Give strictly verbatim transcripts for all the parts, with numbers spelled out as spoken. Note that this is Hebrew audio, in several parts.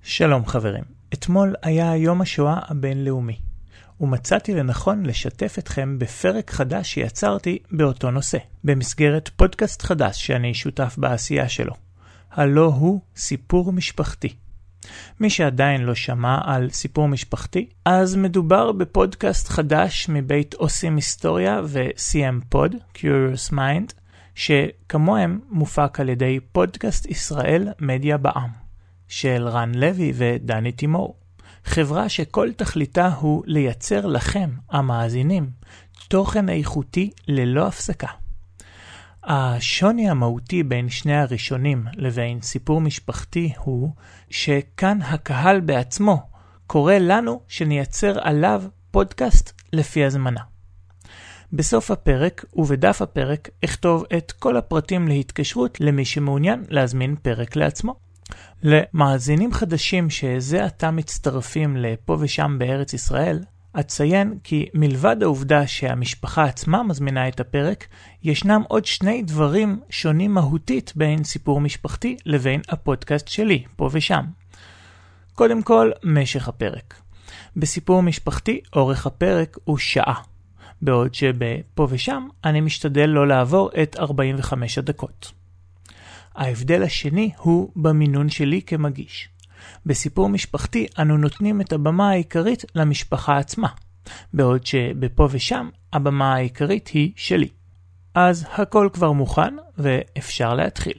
שלום חברים, אתמול היה יום השואה הבינלאומי, ומצאתי לנכון לשתף אתכם בפרק חדש שיצרתי באותו נושא, במסגרת פודקאסט חדש שאני שותף בעשייה שלו. הלא הוא סיפור משפחתי. מי שעדיין לא שמע על סיפור משפחתי, אז מדובר בפודקאסט חדש מבית עושים היסטוריה ו-סי אם פוד, Curious Mind, שכמוהם מופק על ידי פודקאסט ישראל מדיה בע"מ. של רן לוי ודני תימור. חברה שכל תכליתה הוא לייצר לכם, המאזינים, תוכן איכותי ללא הפסקה. השוני המהותי בין שני הראשונים לבין סיפור משפחתי הוא שכאן הקהל בעצמו קורא לנו שנייצר עליו פודקאסט לפי הזמנה. בסוף הפרק ובדף הפרק אכתוב את כל הפרטים להתקשרות למי שמעוניין להזמין פרק לעצמו. למאזינים חדשים שזה עתה מצטרפים לפה ושם בארץ ישראל, אציין כי מלבד העובדה שהמשפחה עצמה מזמינה את הפרק, ישנם עוד שני דברים שונים מהותית בין סיפור משפחתי לבין הפודקאסט שלי, פה ושם. קודם כל, משך הפרק. בסיפור משפחתי, אורך הפרק הוא שעה, בעוד שבפה ושם אני משתדל לא לעבור את ארבעים וחמש הדקות. ההבדל השני הוא במינון שלי כמגיש. בסיפור משפחתי אנו נותנים את הבמה העיקרית למשפחה עצמה, בעוד שבפה ושם הבמה העיקרית היא שלי. אז הכל כבר מוכן ואפשר להתחיל.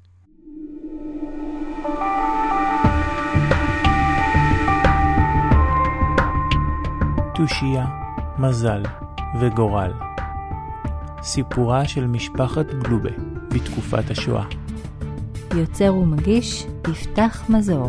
תושייה, מזל וגורל. סיפורה של משפחת גלובה בתקופת השואה. יוצר ומגיש יפתח מזור.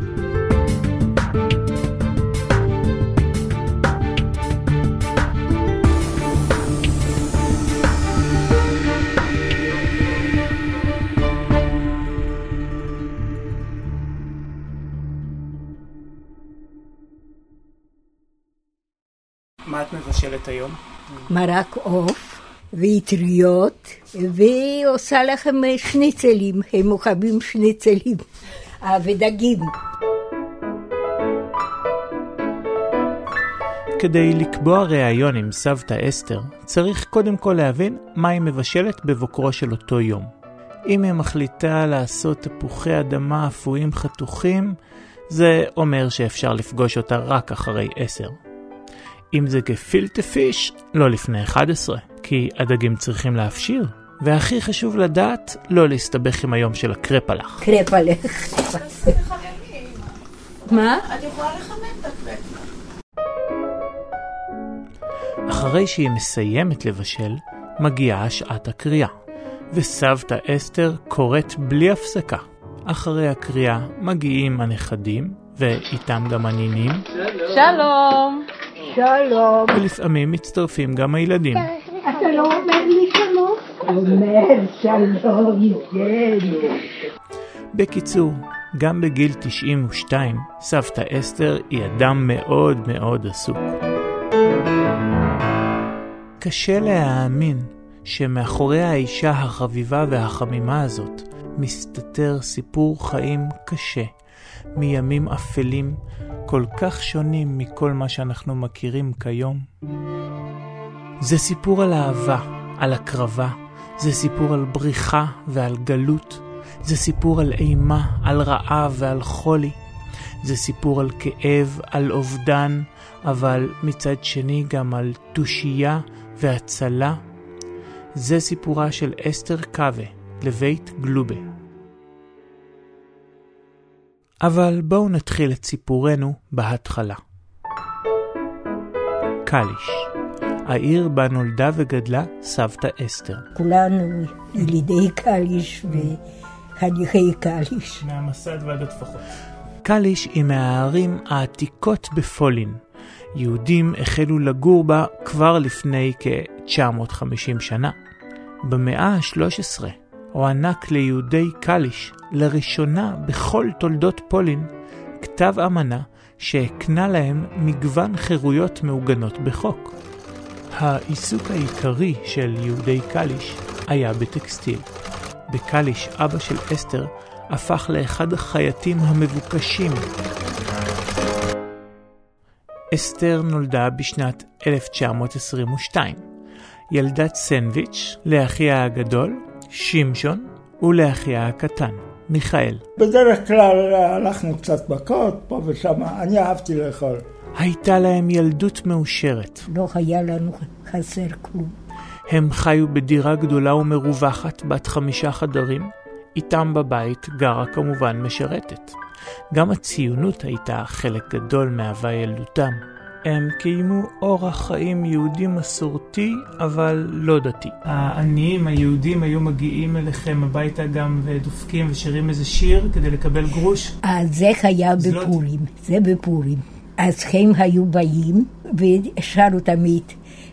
מה את מבשלת היום? מרק עוף ויטריות, והיא עושה לכם שניצלים, הם אוכבים שניצלים ודגים. כדי לקבוע ראיון עם סבתא אסתר, צריך קודם כל להבין מה היא מבשלת בבוקרו של אותו יום. אם היא מחליטה לעשות תפוחי אדמה אפויים חתוכים, זה אומר שאפשר לפגוש אותה רק אחרי עשר. אם זה גפילטה פיש, לא לפני אחד עשרה, כי הדגים צריכים להפשיר. והכי חשוב לדעת, לא להסתבך עם היום של הקרפלח. קרפלח. מה? את יכולה לחמם את הקרפלח. אחרי שהיא מסיימת לבשל, מגיעה שעת הקריאה. וסבתא אסתר קוראת בלי הפסקה. אחרי הקריאה מגיעים הנכדים, ואיתם גם הנינים. שלום. שלום. ולפעמים מצטרפים גם הילדים. אתה לא אומר לי שלום? אומר שלום, ילד. בקיצור, גם בגיל תשעים ושתיים, סבתא אסתר היא אדם מאוד מאוד עסוק. קשה להאמין שמאחורי האישה החביבה והחמימה הזאת מסתתר סיפור חיים קשה, מימים אפלים, כל כך שונים מכל מה שאנחנו מכירים כיום. זה סיפור על אהבה, על הקרבה, זה סיפור על בריחה ועל גלות, זה סיפור על אימה, על רעב ועל חולי, זה סיפור על כאב, על אובדן, אבל מצד שני גם על תושייה והצלה. זה סיפורה של אסתר קווה לבית גלובה. אבל בואו נתחיל את סיפורנו בהתחלה. קליש, העיר בה נולדה וגדלה סבתא אסתר. כולנו ילידי קליש וחניכי קליש. מהמסד ועד הטפחות. קליש היא מהערים העתיקות בפולין. יהודים החלו לגור בה כבר לפני כ-תשע מאות וחמישים שנה. במאה ה-שלוש עשרה הוענק ליהודי קליש לראשונה בכל תולדות פולין כתב אמנה שהקנה להם מגוון חירויות מעוגנות בחוק. העיסוק העיקרי של יהודי קליש היה בטקסטיל. בקליש אבא של אסתר הפך לאחד החייטים המבוקשים. אסתר נולדה בשנת אלף תשע מאות עשרים ושתיים. ילדת סנדוויץ' לאחיה הגדול, שמשון, ולאחיה הקטן, מיכאל. בדרך כלל הלכנו קצת מכות, פה ושם, אני אהבתי לאכול. הייתה להם ילדות מאושרת. לא היה לנו חסר כלום. הם חיו בדירה גדולה ומרווחת בת חמישה חדרים. איתם בבית גרה כמובן משרתת. גם הציונות הייתה חלק גדול מהווה ילדותם. הם קיימו אורח חיים יהודי מסורתי, אבל לא דתי. העניים היהודים היו מגיעים אליכם הביתה גם ודופקים ושירים איזה שיר כדי לקבל גרוש? אז זה היה בפורים, זה בפורים. אז הם היו באים ושרו תמיד,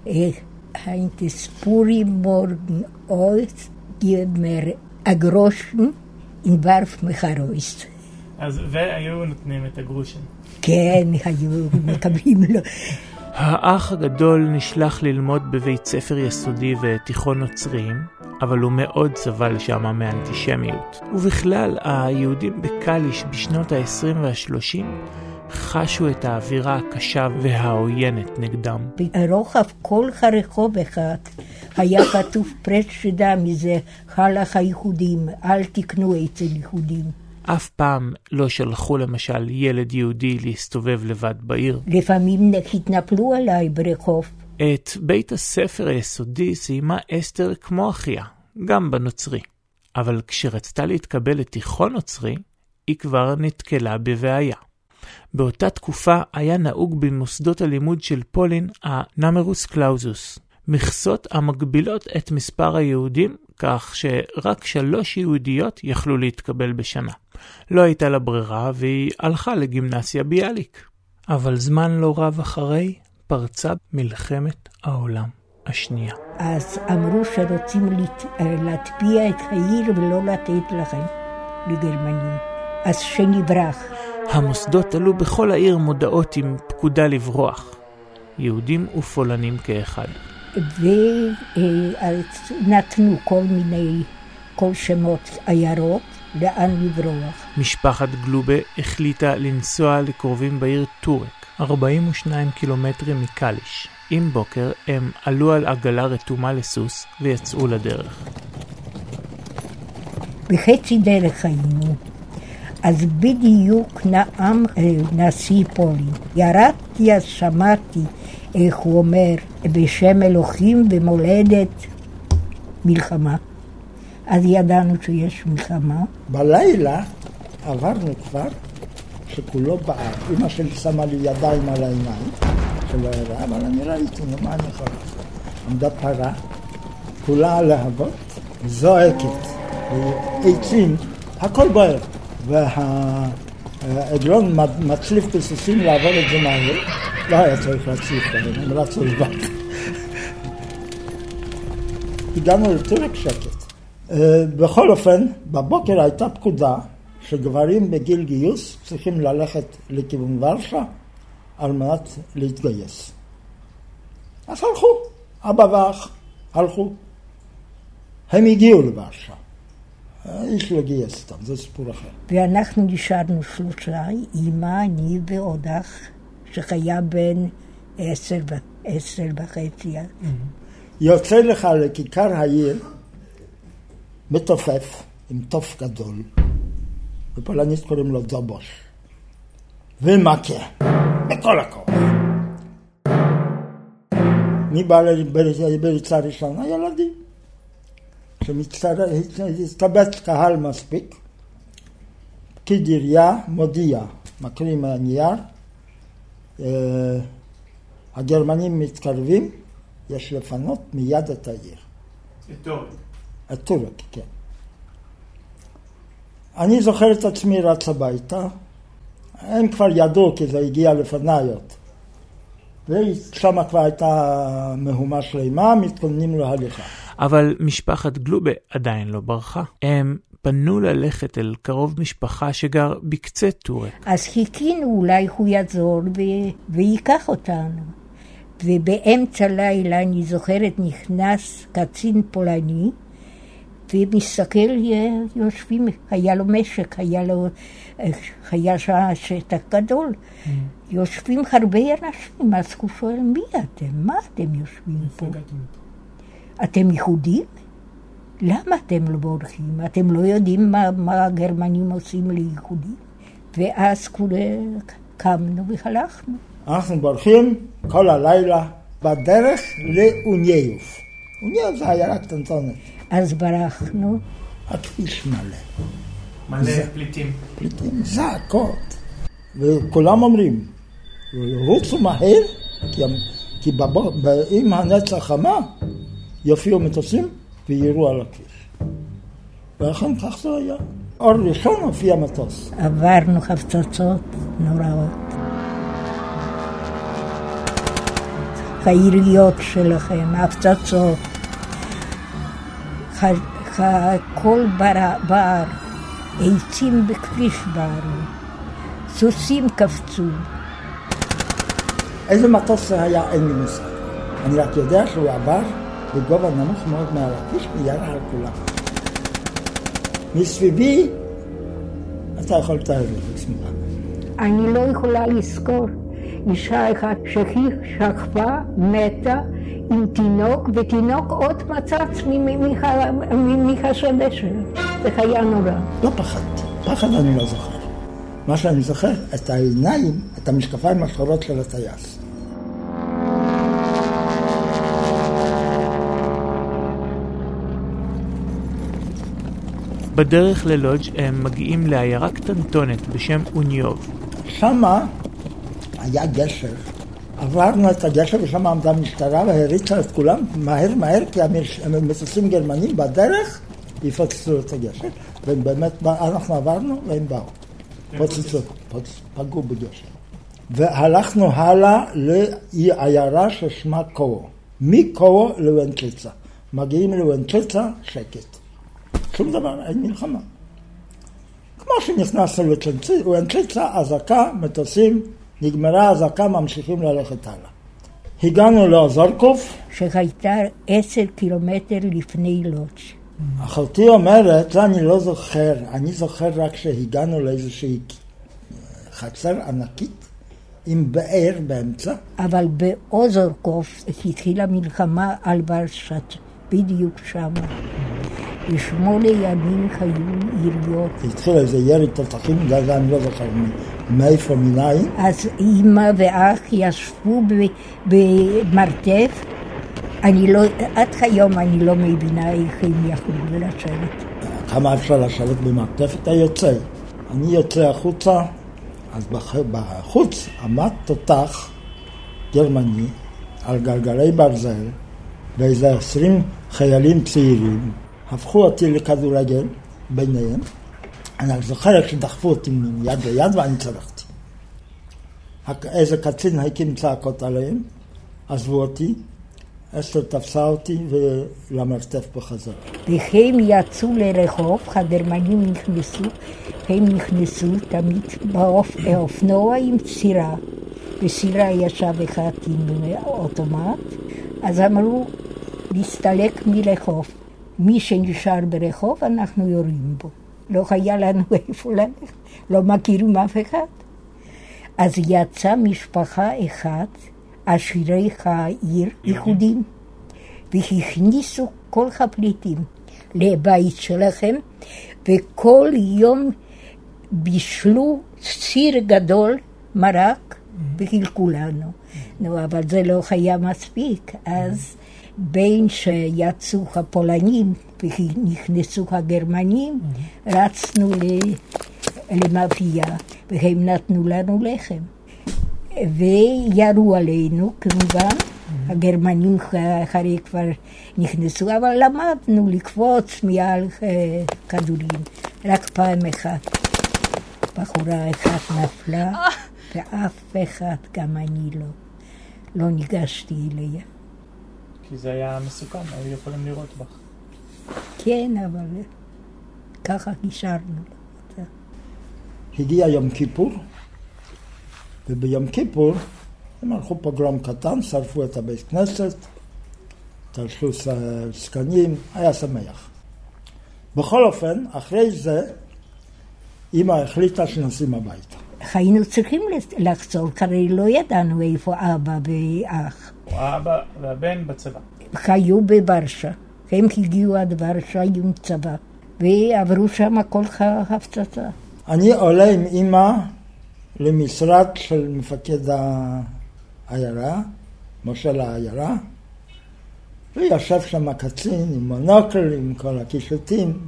היינטס פורים מורגן אויס, גימר אגרושן אין ורף מחרויסט. אז והיו נותנים את הגרושן. כן, היו מקבלים לו. האח הגדול נשלח ללמוד בבית ספר יסודי ותיכון נוצריים, אבל הוא מאוד סבל שמה מאנטישמיות. ובכלל, היהודים בקליש בשנות ה-עשרים וה-שלושים חשו את האווירה הקשה והעוינת נגדם. ברוחב כל הרחוב אחד היה כתוב פרשדה מזה, הלך היהודים, אל תקנו אצל יהודים. אף פעם לא שלחו למשל ילד יהודי להסתובב לבד בעיר. לפעמים התנפלו עליי ברחוב. את בית הספר היסודי סיימה אסתר כמו אחיה, גם בנוצרי. אבל כשרצתה להתקבל לתיכון נוצרי, היא כבר נתקלה בבעיה. באותה תקופה היה נהוג במוסדות הלימוד של פולין הנאמרוס קלאוזוס, מכסות המגבילות את מספר היהודים, כך שרק שלוש יהודיות יכלו להתקבל בשנה. לא הייתה לה ברירה והיא הלכה לגימנסיה ביאליק. אבל זמן לא רב אחרי פרצה מלחמת העולם השנייה. אז אמרו שרוצים להטביע את העיר ולא לתת לכם לגרמנים. אז שנברח. המוסדות עלו בכל העיר מודעות עם פקודה לברוח. יהודים ופולנים כאחד. ונתנו כל מיני, כל שמות עיירות, לאן לברוח. משפחת גלובה החליטה לנסוע לקרובים בעיר טורק, ארבעים ושניים קילומטרים מקליש. עם בוקר הם עלו על עגלה רתומה לסוס ויצאו לדרך. בחצי דרך היינו. אז בדיוק נאם נשיא פולין. ירדתי אז שמעתי איך הוא אומר, בשם אלוהים במולדת מלחמה. אז ידענו שיש מלחמה. בלילה עברנו כבר שכולו בער. אמא שלי שמה לי ידיים על העיניים, שלא יראה, אבל אני ראיתי, מה אני יכול לעשות? עמדה פרה, כולה להבות, זועקת, עצים, הכל בוער. והעגלון מצליף בסוסים לעבור את זה מהר, לא היה צריך להצליף בהם, הם רצו לבד. הגענו לטורק שקט. בכל אופן, בבוקר הייתה פקודה שגברים בגיל גיוס צריכים ללכת לכיוון ורשה על מנת להתגייס. אז הלכו, אבא ואח, הלכו. הם הגיעו לוורשה. איש לא גייס אותם, זה סיפור אחר. ואנחנו נשארנו שלושה, אמא, אני ועוד אח, שחיה בין עשר, עשר וחצי. יוצא לך לכיכר העיר, מתופף, עם תוף גדול, בפולנית קוראים לו זובוש, ומכה, בכל הכוח. מי בא בריצה ראשונה? הילדים. כשמתקבץ קהל מספיק, פקיד עירייה מודיע, מקריא מהנייר, הגרמנים מתקרבים, יש לפנות מיד את העיר. את טורק. את טורק, כן. אני זוכר את עצמי רץ הביתה, הם כבר ידעו כי זה הגיע לפניות. ושם כבר הייתה מהומה שלמה, מתכוננים להליכה. אבל משפחת גלובה עדיין לא ברחה. הם פנו ללכת אל קרוב משפחה שגר בקצה טורק. אז חיכינו, אולי הוא יעזור ו- ויקח אותנו. ובאמצע לילה, אני זוכרת, נכנס קצין פולני, ומסתכל, יושבים, היה לו משק, היה לו, היה שטח גדול. Mm. יושבים הרבה אנשים, אז הוא שואל, מי אתם? מה אתם יושבים פה? אתם יהודים? למה אתם לא בורחים? אתם לא יודעים מה, מה הגרמנים עושים ליהודים? ואז כולה קמנו והלכנו. אנחנו בורחים כל הלילה בדרך לאונייוף. אונייוף זה עיירה קטנטונת. אז ברחנו. הכביש מלא. מלא פליטים. פליטים, זעקות. וכולם אומרים, רוצו מהר, כי, כי בבוא, עם הנצח חמה יופיעו מטוסים ויראו על הכביש. ואכן כך זה היה. אור ראשון הופיע מטוס. עברנו הפצצות נוראות. העיריות שלכם, הפצצות. כל בר, עצים בכביש בערו. סוסים קפצו. איזה מטוס זה היה? אין לי מושג. אני רק יודע שהוא עבר בגובה נמוך מאוד מעל הכביש וירה על כולם. מסביבי, אתה יכול לתאר לי, סמיכה. אני לא יכולה לזכור אישה אחת שהיא שכבה, מתה, עם תינוק, ותינוק עוד מצץ מחשדה שלה. זה היה נורא. לא פחד, פחד אני לא זוכר. מה שאני זוכר, את העיניים, את המשקפיים השחורות של הטייס. בדרך ללודג' הם מגיעים לעיירה קטנטונת בשם אוניוב. שמה היה גשר. עברנו את הגשר ושם עמדה משטרה והריצה את כולם מהר מהר כי המטוסים גרמנים בדרך יפוצצו את הגשר. ובאמת אנחנו עברנו והם באו. פוצצו, פגעו בגשר. והלכנו הלאה לעיירה ששמה קוו. מקוו לוונצ'יצה. מגיעים לוונצ'יצה, שקט. שום דבר, אין מלחמה. כמו שנכנסנו לוונצ'יצה, אזעקה, מטוסים, נגמרה אזעקה, ממשיכים ללכת הלאה. הגענו לאזורקוף. שהייתה עשר קילומטר לפני לודג'. אחותי אומרת, זה אני לא זוכר, אני זוכר רק שהגענו לאיזושהי חצר ענקית עם באר באמצע. אבל באזורקוף התחילה מלחמה על ורשת, בדיוק שם. לשמונה ימים היו יריות. התחיל איזה ירי תותחים, זה אני לא זוכר מאיפה מנין. אז אמא ואח ישבו במרתף. אני לא, עד היום אני לא מבינה איך הם יכולו לשבת. כמה אפשר לשבת במרתף? אתה יוצא. אני יוצא החוצה, אז בחוץ עמד תותח גרמני על גלגלי ברזל, ואיזה עשרים חיילים צעירים. הפכו אותי לכדורגל ביניהם. אני זוכר שדחפו אותי מיד ליד ואני צלחתי. איזה קצין הקים צעקות עליהם, עזבו אותי, אסתר תפסה אותי ולמרתף בחזרה. והם יצאו לרחוב, הגרמנים נכנסו, הם נכנסו תמיד באופנוע עם סירה. בסירה ישב אחד עם אוטומט, אז אמרו להסתלק מרחוב. מי שנשאר ברחוב, אנחנו יורים בו. לא היה לנו איפה ללכת, לא מכירים אף אחד. אז יצאה משפחה אחת, עשירי העיר, יהודים, והכניסו כל הפליטים לבית שלכם, וכל יום בישלו סיר גדול, מרק, וחילקו לנו. נו, אבל זה לא היה מספיק, אז בין שיצאו הפולנים ונכנסו הגרמנים, רצנו למאפייה, והם נתנו לנו לחם. וירו עלינו, כמובן, הגרמנים אחרי כבר נכנסו, אבל למדנו לקפוץ מעל כדורים, רק פעם אחת. בחורה אחת נפלה, ואף אחד, גם אני לא, לא ניגשתי אליה. כי זה היה מסוכן, היו יכולים לראות בך. כן, אבל ככה נשארנו. הגיע יום כיפור, וביום כיפור הם הלכו פוגרום קטן, שרפו את הבית כנסת, תלשו סקנים, היה שמח. בכל אופן, אחרי זה, אמא החליטה שנסים הביתה. היינו צריכים לחזור, כי לא ידענו איפה אבא ואח. האבא והבן בצבא. חיו בוורשה. הם הגיעו עד ורשה עם צבא, ועברו שם כל ההפצצה. אני עולה עם אמא למשרד של מפקד העיירה, מושל העיירה, וישב שם קצין עם מונוקל, עם כל הקישוטים,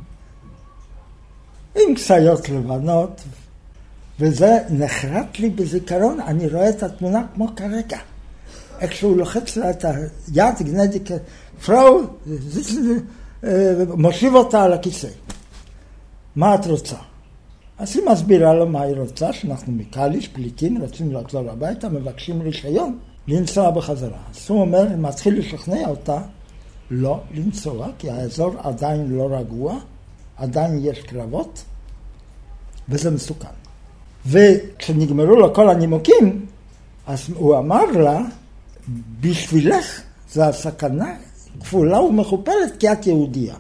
עם כסיות לבנות, וזה נחרט לי בזיכרון, אני רואה את התמונה כמו כרגע. איך שהוא לוחץ לה את היד, גנדיק, פראו, מושיב אותה על הכיסא. מה את רוצה? אז היא מסבירה לו מה היא רוצה, שאנחנו מקליש, פליטים, רוצים לחזור הביתה, מבקשים רישיון, לנסוע בחזרה. אז הוא אומר, מתחיל לשכנע אותה, לא לנסוע, כי האזור עדיין לא רגוע, עדיין יש קרבות, וזה מסוכן. וכשנגמרו לו כל הנימוקים, אז הוא אמר לה, בשבילך זה הסכנה כפולה ומכופלת, כי את יהודיה.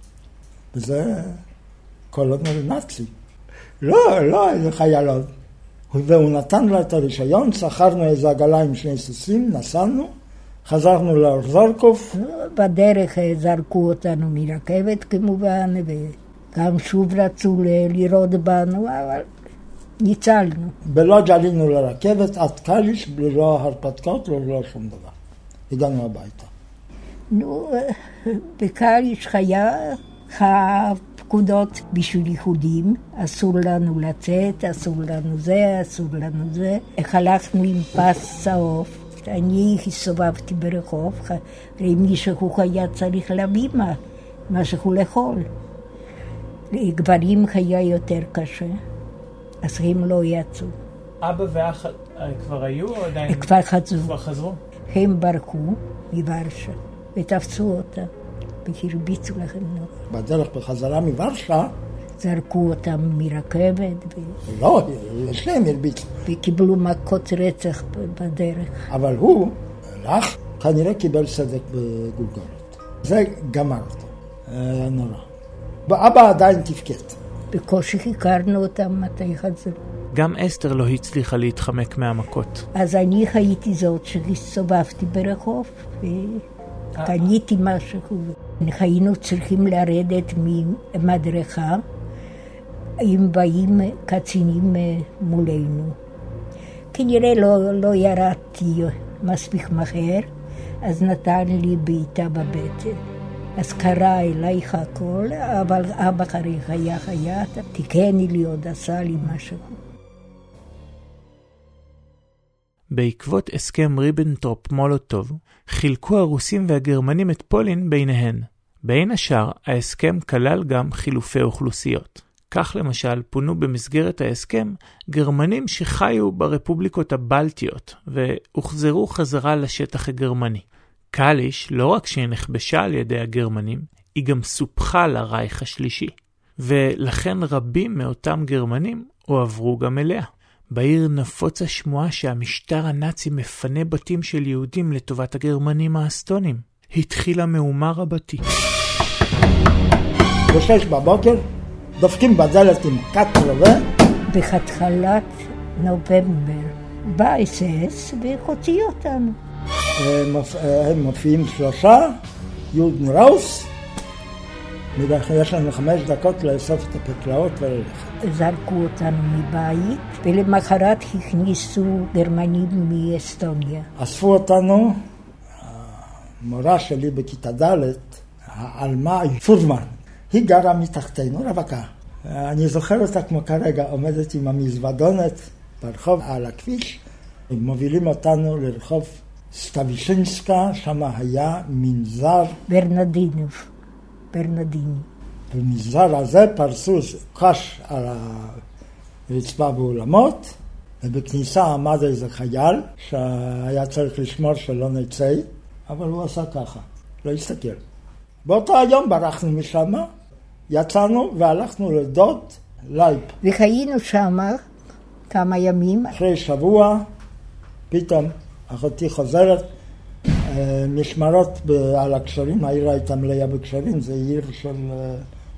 וזה קולונל נאצי. לא, לא, איזה חיילות. והוא נתן לה את הרישיון, שכרנו איזה עגלה עם שני סוסים, נסענו, חזרנו לאורזורקוב. בדרך זרקו אותנו מרכבת כמובן, וגם שוב רצו לראות בנו, אבל ניצלנו. בלודג' עלינו לרכבת, עד קליש, ללא הרפתקאות, ללא שום דבר. הגענו הביתה. נו, בקליש היה הפקודות בשביל יהודים, אסור לנו לצאת, אסור לנו זה, אסור לנו זה. הלכנו עם פס צהוב, אני הסתובבתי ברחוב, הרי מישהו היה צריך להביא מה, משהו לאכול. לגברים היה יותר קשה, אז הם לא יצאו. אבא ואח כבר היו או עדיין? כבר חזרו. כבר חזרו? הם ברחו מוורשה ותפסו אותם והרביצו לכם נורא. בדרך בחזרה מוורשה? זרקו אותם מרכבת. ו... לא, לשניהם הרביצו. וקיבלו מכות רצח בדרך. אבל הוא, לך, כנראה קיבל סדק בגולגולת. זה גמר אותו. היה נורא. ואבא עדיין תפקד. בקושי הכרנו אותם מתי חזרו. גם אסתר לא הצליחה להתחמק מהמכות. אז אני הייתי זאת שהסתובבתי ברחוב וקניתי משהו. היינו צריכים לרדת ממדרכה, אם באים קצינים מולנו. כנראה לא, לא ירדתי מספיק מהר, אז נתן לי בעיטה בבטן. אז קרא אלייך הכל, אבל אבא אחרי היה חיה, תיקני לי עוד עשה לי משהו. בעקבות הסכם ריבנטרופ-מולוטוב, חילקו הרוסים והגרמנים את פולין ביניהן. בין השאר, ההסכם כלל גם חילופי אוכלוסיות. כך למשל פונו במסגרת ההסכם גרמנים שחיו ברפובליקות הבלטיות, והוחזרו חזרה לשטח הגרמני. קליש לא רק שהיא נכבשה על ידי הגרמנים, היא גם סופחה לרייך השלישי. ולכן רבים מאותם גרמנים הועברו גם אליה. בעיר נפוץ השמועה שהמשטר הנאצי מפנה בתים של יהודים לטובת הגרמנים האסטונים. התחילה מהומה רבתי. בשש בבוקר דופקים בדלת עם קט רובה. בהתחלת נובמבר בא אס אס והוציא אותנו. הם מופיעים שלושה, יודן ראוס, יש לנו חמש דקות לאסוף את הפקלאות וללכת. זרקו אותנו מבית, ולמחרת הכניסו גרמנים מאסטוניה. אספו אותנו, המורה שלי בכיתה ד', העלמה פורמן, היא גרה מתחתנו, רווקה. אני זוכר אותה כמו כרגע, עומדת עם המזוודונת ברחוב על הכביש, מובילים אותנו לרחוב סטווישינסקה, שם היה מנזר ברנדינוב, ברנדיני. במנזר הזה פרסו קש על הרצפה באולמות, ובכניסה עמד איזה חייל שהיה צריך לשמור שלא נצא, אבל הוא עשה ככה, לא הסתכל. באותו היום ברחנו משם, יצאנו והלכנו לדוד לייב. וחיינו שם כמה ימים. אחרי שבוע, פתאום אחותי חוזרת, משמרות על הקשרים, העיר הייתה מלאה בקשרים, זה עיר של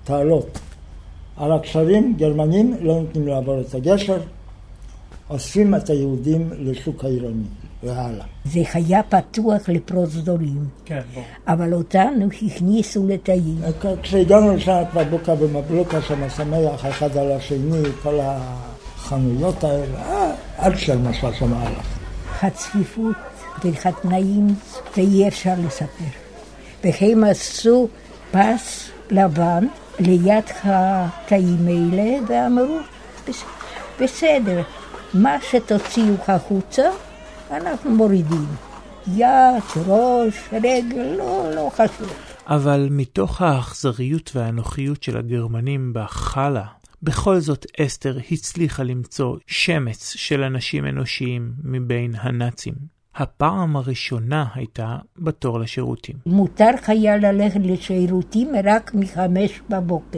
תעלות. על הקשרים גרמנים לא נותנים לעבור את הגשר, אוספים את היהודים לשוק העירוני והלאה. זה היה פתוח לפרוזדורים, כן, בוא. אבל אותנו הכניסו לתאים. כשהגענו לשם כבר בוקה ומבלוקה שם שמח אחד על השני, כל החנויות האלה, עד של משל שם הלך. הצפיפות והתנאים, זה אי אפשר לספר. והם עשו פס לבן ליד התאים האלה ואמרו, בסדר, מה שתוציאו החוצה, אנחנו מורידים. יד, ראש, רגל, לא, לא חשוב. אבל מתוך האכזריות והאנוכיות של הגרמנים בחלה, בכל זאת אסתר הצליחה למצוא שמץ של אנשים אנושיים מבין הנאצים. הפעם הראשונה הייתה בתור לשירותים. מותר היה ללכת לשירותים רק מחמש בבוקר.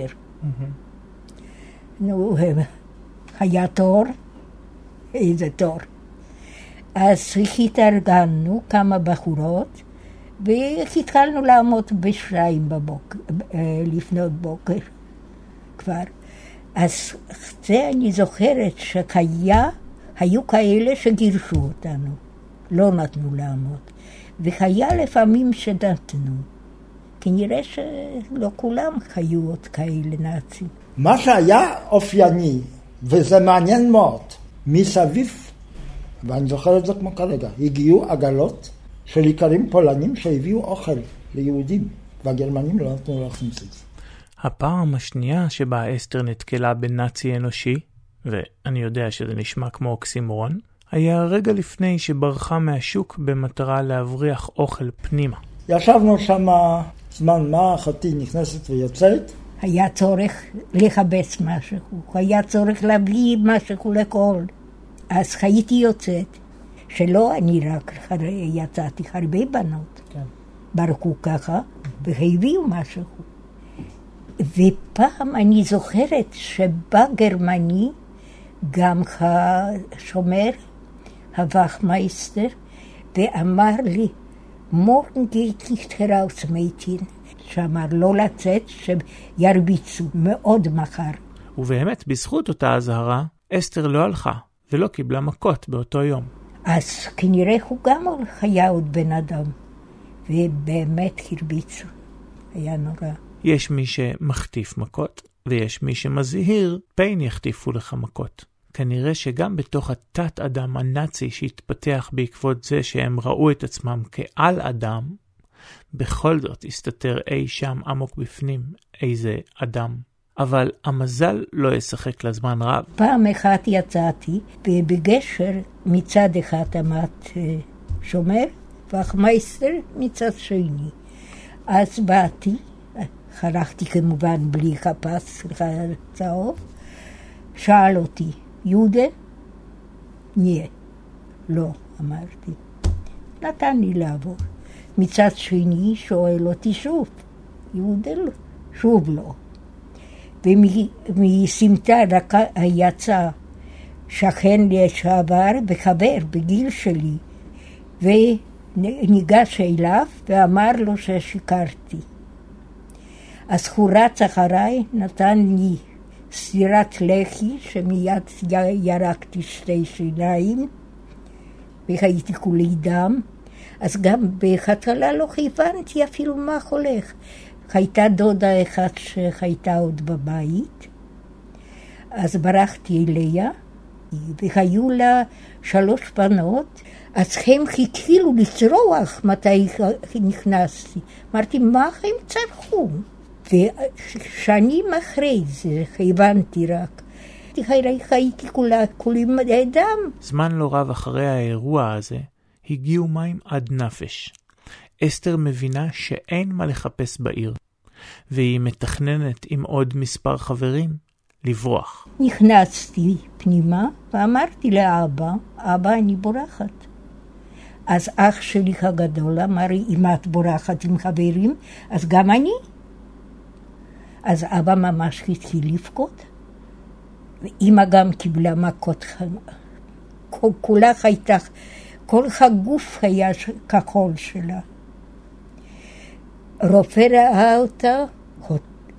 נו, היה תור, איזה תור. אז התארגנו כמה בחורות, והתחלנו לעמוד בשתיים בבוקר, לפנות בוקר כבר. אז זה אני זוכרת שהיה, היו כאלה שגירשו אותנו, לא נתנו לעמוד. והיה לפעמים שנתנו. כנראה שלא כולם היו עוד כאלה נאצים. מה שהיה אופייני, וזה מעניין מאוד, מסביב, ואני זוכר את זה כמו כרגע, הגיעו עגלות של איכרים פולנים שהביאו אוכל ליהודים, והגרמנים לא נתנו להכניס את זה. הפעם השנייה שבה אסתר נתקלה בנאצי אנושי, ואני יודע שזה נשמע כמו אוקסימורון, היה רגע לפני שברחה מהשוק במטרה להבריח אוכל פנימה. ישבנו שם זמן מה, אחותי נכנסת ויוצאת. היה צורך לחבץ משהו, היה צורך להביא משהו לכל. אז הייתי יוצאת, שלא אני רק יצאתי, הרבה בנות. כן. ברקו ככה, והביאו משהו. ופעם אני זוכרת שבא גרמני, גם השומר, הוואכמייסטר, ואמר לי, מורן geht nicht heraus, Mädchen. שאמר לא לצאת, שירביצו מאוד מחר. ובאמת, בזכות אותה הזהרה, אסתר לא הלכה, ולא קיבלה מכות באותו יום. אז כנראה הוא גם היה עוד בן אדם, ובאמת הרביצו. היה נורא. יש מי שמחטיף מכות, ויש מי שמזהיר, פן יחטיפו לך מכות. כנראה שגם בתוך התת אדם הנאצי שהתפתח בעקבות זה שהם ראו את עצמם כעל אדם, בכל זאת הסתתר אי שם עמוק בפנים איזה אדם. אבל המזל לא ישחק לזמן רב. פעם אחת יצאתי, ובגשר מצד אחד עמד שומר, ואחמייסטר מצד שני. אז באתי, חרחתי כמובן בלי חפש צהוב, שאל אותי, יהודה? נהיה. לא, אמרתי. נתן לי לעבור. מצד שני שואל אותי שוב, יהודה לא, שוב לא. ומסמטה יצא שכן לשעבר וחבר בגיל שלי, וניגש אליו ואמר לו ששיקרתי. אז הוא רץ אחריי, נתן לי סטירת לחי, שמיד ירקתי שתי שיניים, והייתי כולי דם. אז גם בהתחלה לא הבנתי אפילו מה הולך. הייתה דודה אחת שהייתה עוד בבית, אז ברחתי אליה, והיו לה שלוש בנות, אז הם חיכילו לצרוח מתי נכנסתי. אמרתי, מה הם צרחו? ושנים אחרי זה הבנתי רק. הייתי כולים דם. זמן לא רב אחרי האירוע הזה, הגיעו מים עד נפש. אסתר מבינה שאין מה לחפש בעיר, והיא מתכננת עם עוד מספר חברים לברוח. נכנסתי פנימה ואמרתי לאבא, אבא אני בורחת. אז אח שלי הגדול אמר, אם את בורחת עם חברים, אז גם אני. אז אבא ממש התחיל לבכות, ואמא גם קיבלה מכות, כולה הייתה, כל הגוף היה כחול שלה. רופא ראה אותה,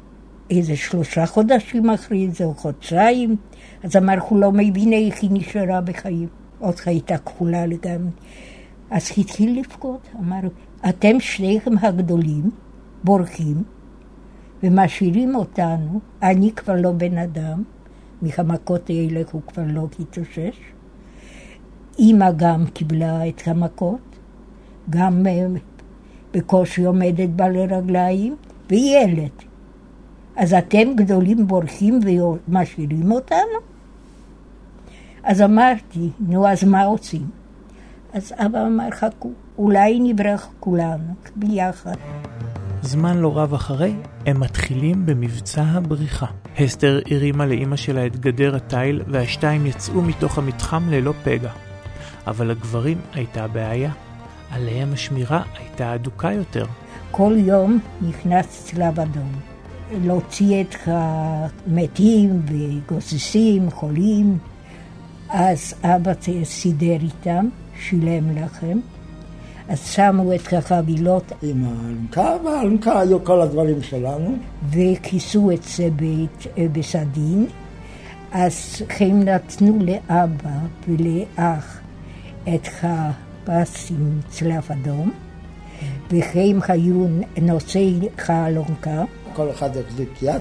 איזה שלושה חודשים אחרי זה, או חודשיים, אז אמר, הוא לא מבין איך היא נשארה בחיים. עוד הייתה כחולה לגמרי. אז התחיל לבכות, אמר, אתם שניכם הגדולים, בורחים, ומשאירים אותנו, אני כבר לא בן אדם, מהמכות האלה הוא כבר לא התאושש. אמא גם קיבלה את המכות, גם בקושי עומדת בה לרגליים, וילד. אז אתם גדולים בורחים ומשאירים אותנו? אז אמרתי, נו, אז מה עושים? אז אבא אמר, חכו, אולי נברח כולנו, ביחד. זמן לא רב אחרי, הם מתחילים במבצע הבריחה. הסתר הרימה לאמא שלה את גדר התיל, והשתיים יצאו מתוך המתחם ללא פגע. אבל הגברים הייתה בעיה. עליהם השמירה הייתה אדוקה יותר. כל יום נכנס צלב אדום. להוציא את המתים וגוססים, חולים. אז אבא סידר איתם, שילם לכם. אז שמו את החבילות עם האלונקה, והאלונקה היו כל הדברים שלנו. וכיסו את זה בסדין. אז הם נתנו לאבא ולאח את הפס עם צלב אדום, והם היו נושאי האלונקה. כל אחד החזיק יד.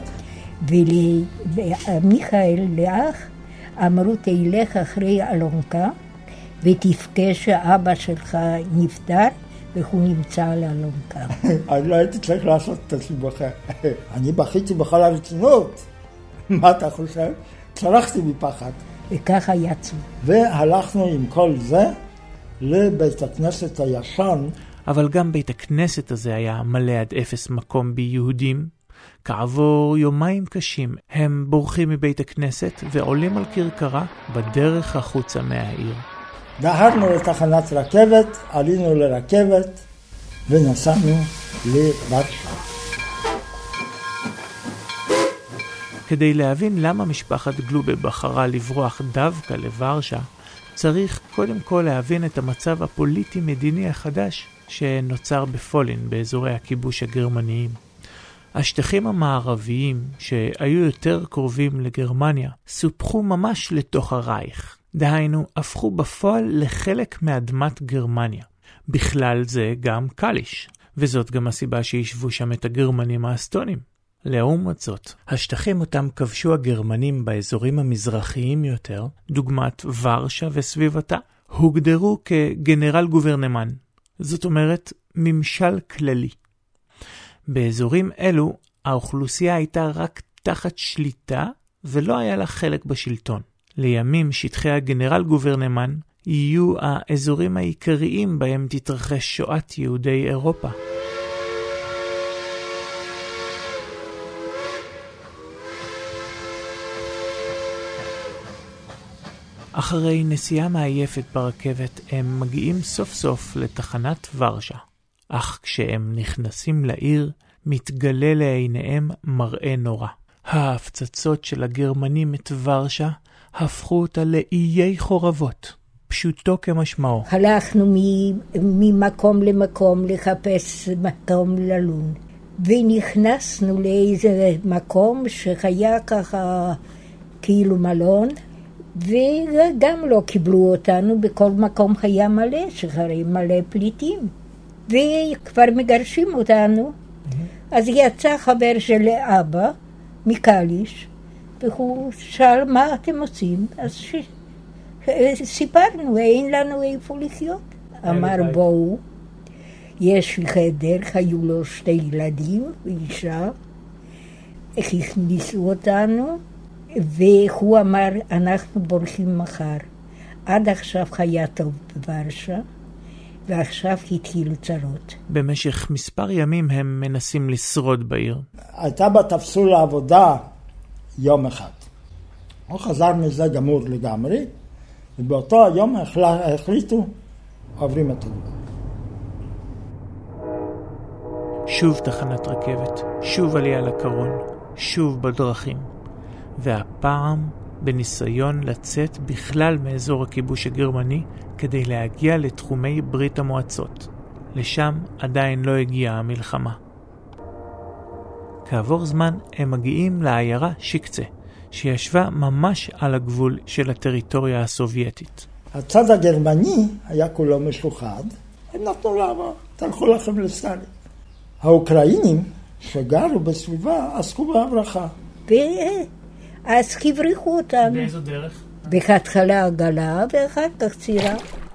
ולמיכאל, לאח, אמרו, תלך אחרי האלונקה, ותבכה שאבא שלך נפטר, והוא נמצא על האלונקה. אני לא הייתי צריך לעשות את הסיבוכה. אני בכיתי בכל הרצינות. מה אתה חושב? צרחתי מפחד. וככה יצאו. והלכנו עם כל זה לבית הכנסת הישן. אבל גם בית הכנסת הזה היה מלא עד אפס מקום ביהודים. כעבור יומיים קשים הם בורחים מבית הכנסת ועולים על כרכרה בדרך החוצה מהעיר. דהרנו לתחנת רכבת, עלינו לרכבת ונסענו לוורשה. כדי להבין למה משפחת גלובה בחרה לברוח דווקא לוורשה, צריך קודם כל להבין את המצב הפוליטי-מדיני החדש שנוצר בפולין באזורי הכיבוש הגרמניים. השטחים המערביים שהיו יותר קרובים לגרמניה סופחו ממש לתוך הרייך. דהיינו, הפכו בפועל לחלק מאדמת גרמניה. בכלל זה גם קליש, וזאת גם הסיבה שישבו שם את הגרמנים האסטונים. לעומת זאת, השטחים אותם כבשו הגרמנים באזורים המזרחיים יותר, דוגמת ורשה וסביבתה, הוגדרו כגנרל גוברנמן. זאת אומרת, ממשל כללי. באזורים אלו, האוכלוסייה הייתה רק תחת שליטה, ולא היה לה חלק בשלטון. לימים שטחי הגנרל גוברנמן יהיו האזורים העיקריים בהם תתרחש שואת יהודי אירופה. אחרי נסיעה מעייפת ברכבת, הם מגיעים סוף סוף לתחנת ורשה. אך כשהם נכנסים לעיר, מתגלה לעיניהם מראה נורא. ההפצצות של הגרמנים את ורשה הפכו אותה לאיי חורבות, פשוטו כמשמעו. הלכנו ממקום למקום לחפש מקום ללון, ונכנסנו לאיזה מקום שהיה ככה כאילו מלון, וגם לא קיבלו אותנו. בכל מקום היה מלא, שחרי מלא פליטים, וכבר מגרשים אותנו. אז יצא חבר של אבא מקליש, והוא שאל מה אתם עושים. אז ש... סיפרנו, אין לנו איפה לחיות. אמר בואו, יש לי חדר, היו לו שתי ילדים ואישה, הכניסו אותנו, והוא אמר, אנחנו בורחים מחר. עד עכשיו היה טוב בוורשה, ועכשיו התחילו צרות. במשך מספר ימים הם מנסים לשרוד בעיר. הייתה בתפסו לעבודה יום אחד. הוא חזר מזה גמור לגמרי, ובאותו היום החליטו, עוברים את הגבול. שוב תחנת רכבת, שוב עלייה לקרון, שוב בדרכים. והפעם בניסיון לצאת בכלל מאזור הכיבוש הגרמני כדי להגיע לתחומי ברית המועצות. לשם עדיין לא הגיעה המלחמה. כעבור זמן הם מגיעים לעיירה שיקצה, שישבה ממש על הגבול של הטריטוריה הסובייטית. הצד הגרמני היה כולו משוחד, הם נתנו לעבור, תלכו לכם לסטלין. האוקראינים שגרו בסביבה עסקו בהברחה. ואז הבריחו אותם. באיזו דרך? בהתחלה עגלה ואחר כך צירה.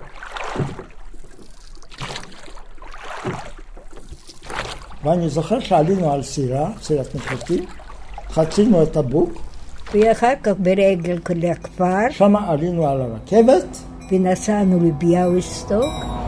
ואני זוכר שעלינו על סירה, סירת נפטים, חצינו את הבוק. ואחר כך ברגל לכפר. שם עלינו על הרכבת. ונסענו לביאליסטוק.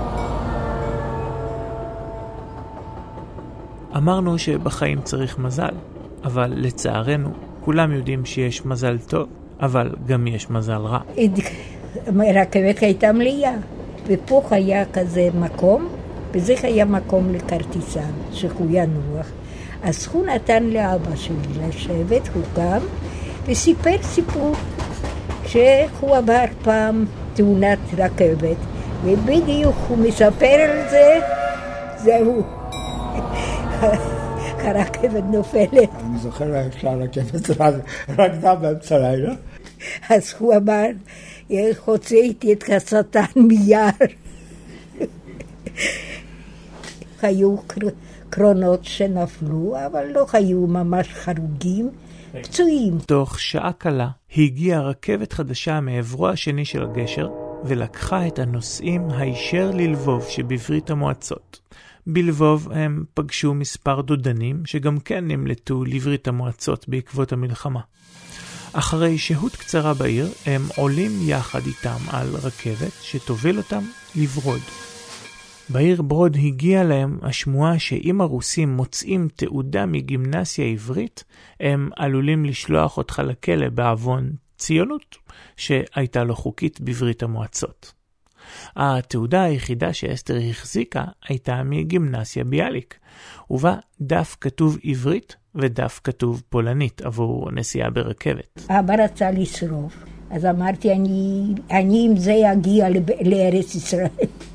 אמרנו שבחיים צריך מזל, אבל לצערנו כולם יודעים שיש מזל טוב, אבל גם יש מזל רע. הרכבת הייתה מלאה, ופה היה כזה מקום, וזה היה מקום לכרטיסן, שהוא ינוח. אז הוא נתן לאבא שלי לשבת, הוא קם, וסיפר סיפור, שהוא עבר פעם תאונת רכבת, ובדיוק הוא מספר על זה, זהו. הרכבת נופלת. אני זוכר איך שהרכבת רקדה באמצע לילה. אז הוא אמר, הוצאתי את השטן מיער. היו קרונות שנפלו, אבל לא היו ממש חרוגים, פצועים. תוך שעה קלה הגיעה רכבת חדשה מעברו השני של הגשר, ולקחה את הנוסעים הישר ללבוב שבברית המועצות. בלבוב הם פגשו מספר דודנים שגם כן נמלטו לברית המועצות בעקבות המלחמה. אחרי שהות קצרה בעיר, הם עולים יחד איתם על רכבת שתוביל אותם לברוד. בעיר ברוד הגיעה להם השמועה שאם הרוסים מוצאים תעודה מגימנסיה עברית, הם עלולים לשלוח אותך לכלא בעוון ציונות, שהייתה לא חוקית בברית המועצות. התעודה היחידה שאסתר החזיקה הייתה מגימנסיה ביאליק, ובה דף כתוב עברית ודף כתוב פולנית עבור נסיעה ברכבת. אבא רצה לשרוף, אז אמרתי אני, אני עם זה אגיע לארץ ישראל.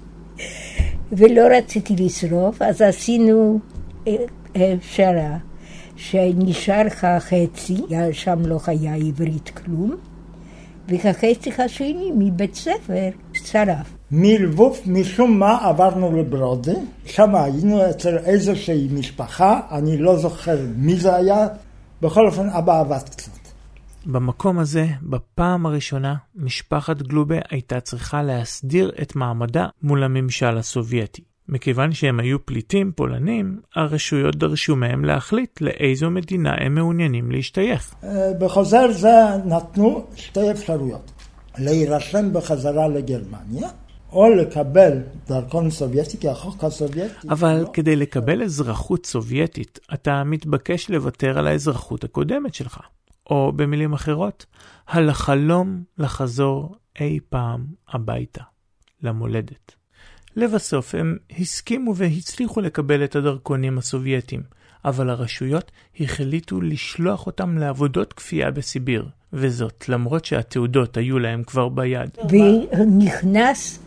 ולא רציתי לשרוף, אז עשינו פשרה, שנשאר חצי, שם לא היה עברית כלום, והחצי השני מבית ספר שרף. מלבוב משום מה עברנו לברודי, שם היינו אצל איזושהי משפחה, אני לא זוכר מי זה היה, בכל אופן אבא עבד קצת. במקום הזה, בפעם הראשונה, משפחת גלובה הייתה צריכה להסדיר את מעמדה מול הממשל הסובייטי. מכיוון שהם היו פליטים פולנים, הרשויות דרשו מהם להחליט לאיזו מדינה הם מעוניינים להשתייך. בחוזר זה נתנו שתי אפשרויות. להירשם בחזרה לגרמניה, או לקבל דרכון סובייטי, כי החוק הסובייטי... אבל לא... כדי לקבל אזרחות סובייטית, אתה מתבקש לוותר על האזרחות הקודמת שלך. או במילים אחרות, על החלום לחזור אי פעם הביתה, למולדת. לבסוף הם הסכימו והצליחו לקבל את הדרכונים הסובייטיים, אבל הרשויות החליטו לשלוח אותם לעבודות כפייה בסיביר, וזאת למרות שהתעודות היו להם כבר ביד. ונכנס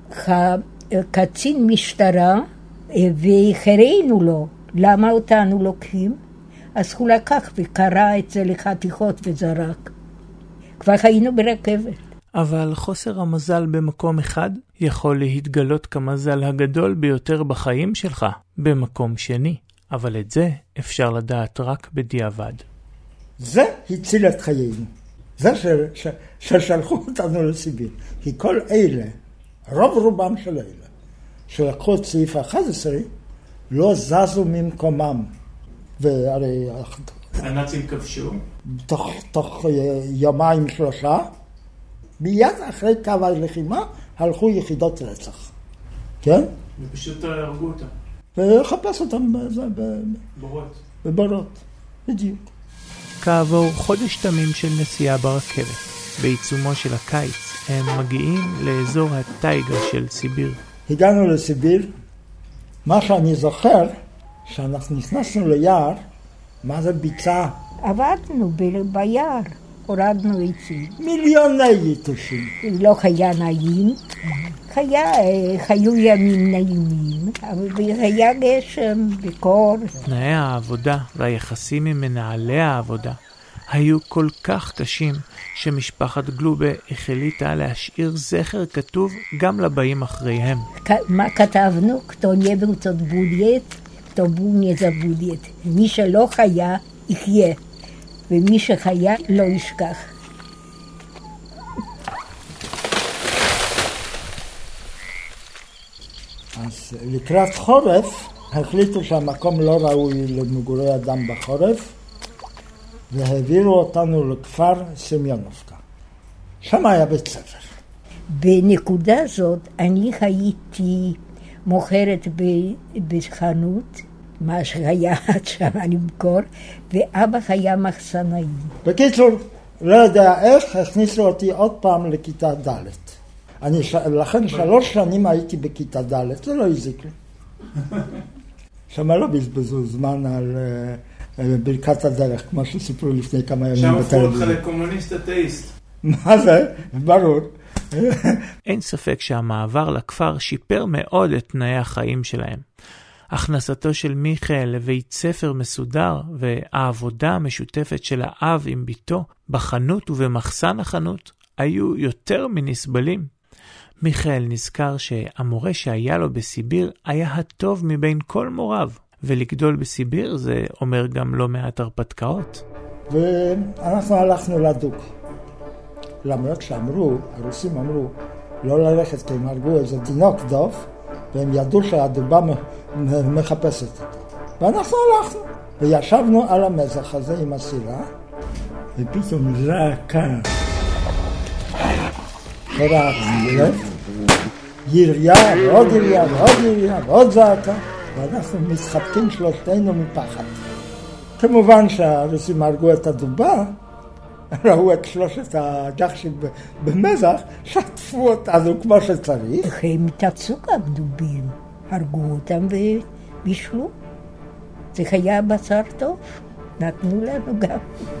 קצין משטרה והחרינו לו, למה אותנו לוקחים? אז הוא לקח וקרא את זה לחתיכות וזרק. כבר היינו ברכבת. אבל חוסר המזל במקום אחד יכול להתגלות כמזל הגדול ביותר בחיים שלך, במקום שני. אבל את זה אפשר לדעת רק בדיעבד. זה הציל את חיינו. זה ש... ש... ששלחו אותנו לסיביר. כי כל אלה, רוב רובם של אלה, שלקחו את סעיף אחת עשרה, לא זזו ממקומם. והרי... הנאצים כבשו? תוך, תוך יומיים שלושה, מיד אחרי קו הלחימה, הלכו יחידות רצח. כן? ופשוט הרגו אותם. וחפש אותם בורות. בבורות, בדיוק. כעבור חודש תמים של נסיעה ברכבת, בעיצומו של הקיץ, הם מגיעים לאזור הטייגה של סיביר. הגענו לסיביר, מה שאני זוכר, שאנחנו נכנסנו ליער, מה זה ביצה? עבדנו ב- ביער. הורדנו עצים. מיליוני יתושים. לא היה נעים, היה, היו ימים נעימים, אבל היה גשם וקור. תנאי העבודה והיחסים עם מנהלי העבודה היו כל כך קשים שמשפחת גלובה החליטה להשאיר זכר כתוב גם לבאים אחריהם. מה כתבנו? כתוב נבו צוד בוליית, כתוב בוניה זה בוליית. מי שלא חיה, יחיה, ומי שחיה לא ישכח. אז לקראת חורף החליטו שהמקום לא ראוי למגורי אדם בחורף, והעבירו אותנו לכפר סמיונובקה. שם היה בית ספר. בנקודה זאת אני הייתי מוכרת בחנות, מה שהיה עד שם למכור, ואבא היה מחסנאי. בקיצור, לא יודע איך, הכניסו אותי עוד פעם לכיתה ד'. אני ש... לכן שלוש שנים הייתי בכיתה ד', זה לא הזיק לי. שם לא בזבזו זמן על uh, ברכת הדרך, כמו שסיפרו לפני כמה ימים בטלוויזיה. שם הפכו אותך לקומוניסט אתאיסט. מה זה? ברור. אין ספק שהמעבר לכפר שיפר מאוד את תנאי החיים שלהם. הכנסתו של מיכאל לבית ספר מסודר והעבודה המשותפת של האב עם ביתו בחנות ובמחסן החנות היו יותר מנסבלים. מיכאל נזכר שהמורה שהיה לו בסיביר היה הטוב מבין כל מוריו, ולגדול בסיביר זה אומר גם לא מעט הרפתקאות. ואנחנו הלכנו לדוק. למרות שאמרו, הרוסים אמרו, לא ללכת כי הם הרגו איזה תינוק דוב, והם ידעו שהדובה מחפשת אותו. ואנחנו הלכנו, וישבנו על המזח הזה עם הסירה, ופתאום זעקה. קורעת לב, יריה, ועוד יריה, ועוד יריה, ועוד זעקה, ואנחנו מתחבקים שלושתנו מפחד. כמובן שהרוסים הרגו את הדובה, ראו את שלושת הגחשים במזח, שטפו אותנו כמו שצריך. הם תצאו גם דובים, הרגו אותם ובישלו. זה היה בשר טוב, נתנו לנו גם.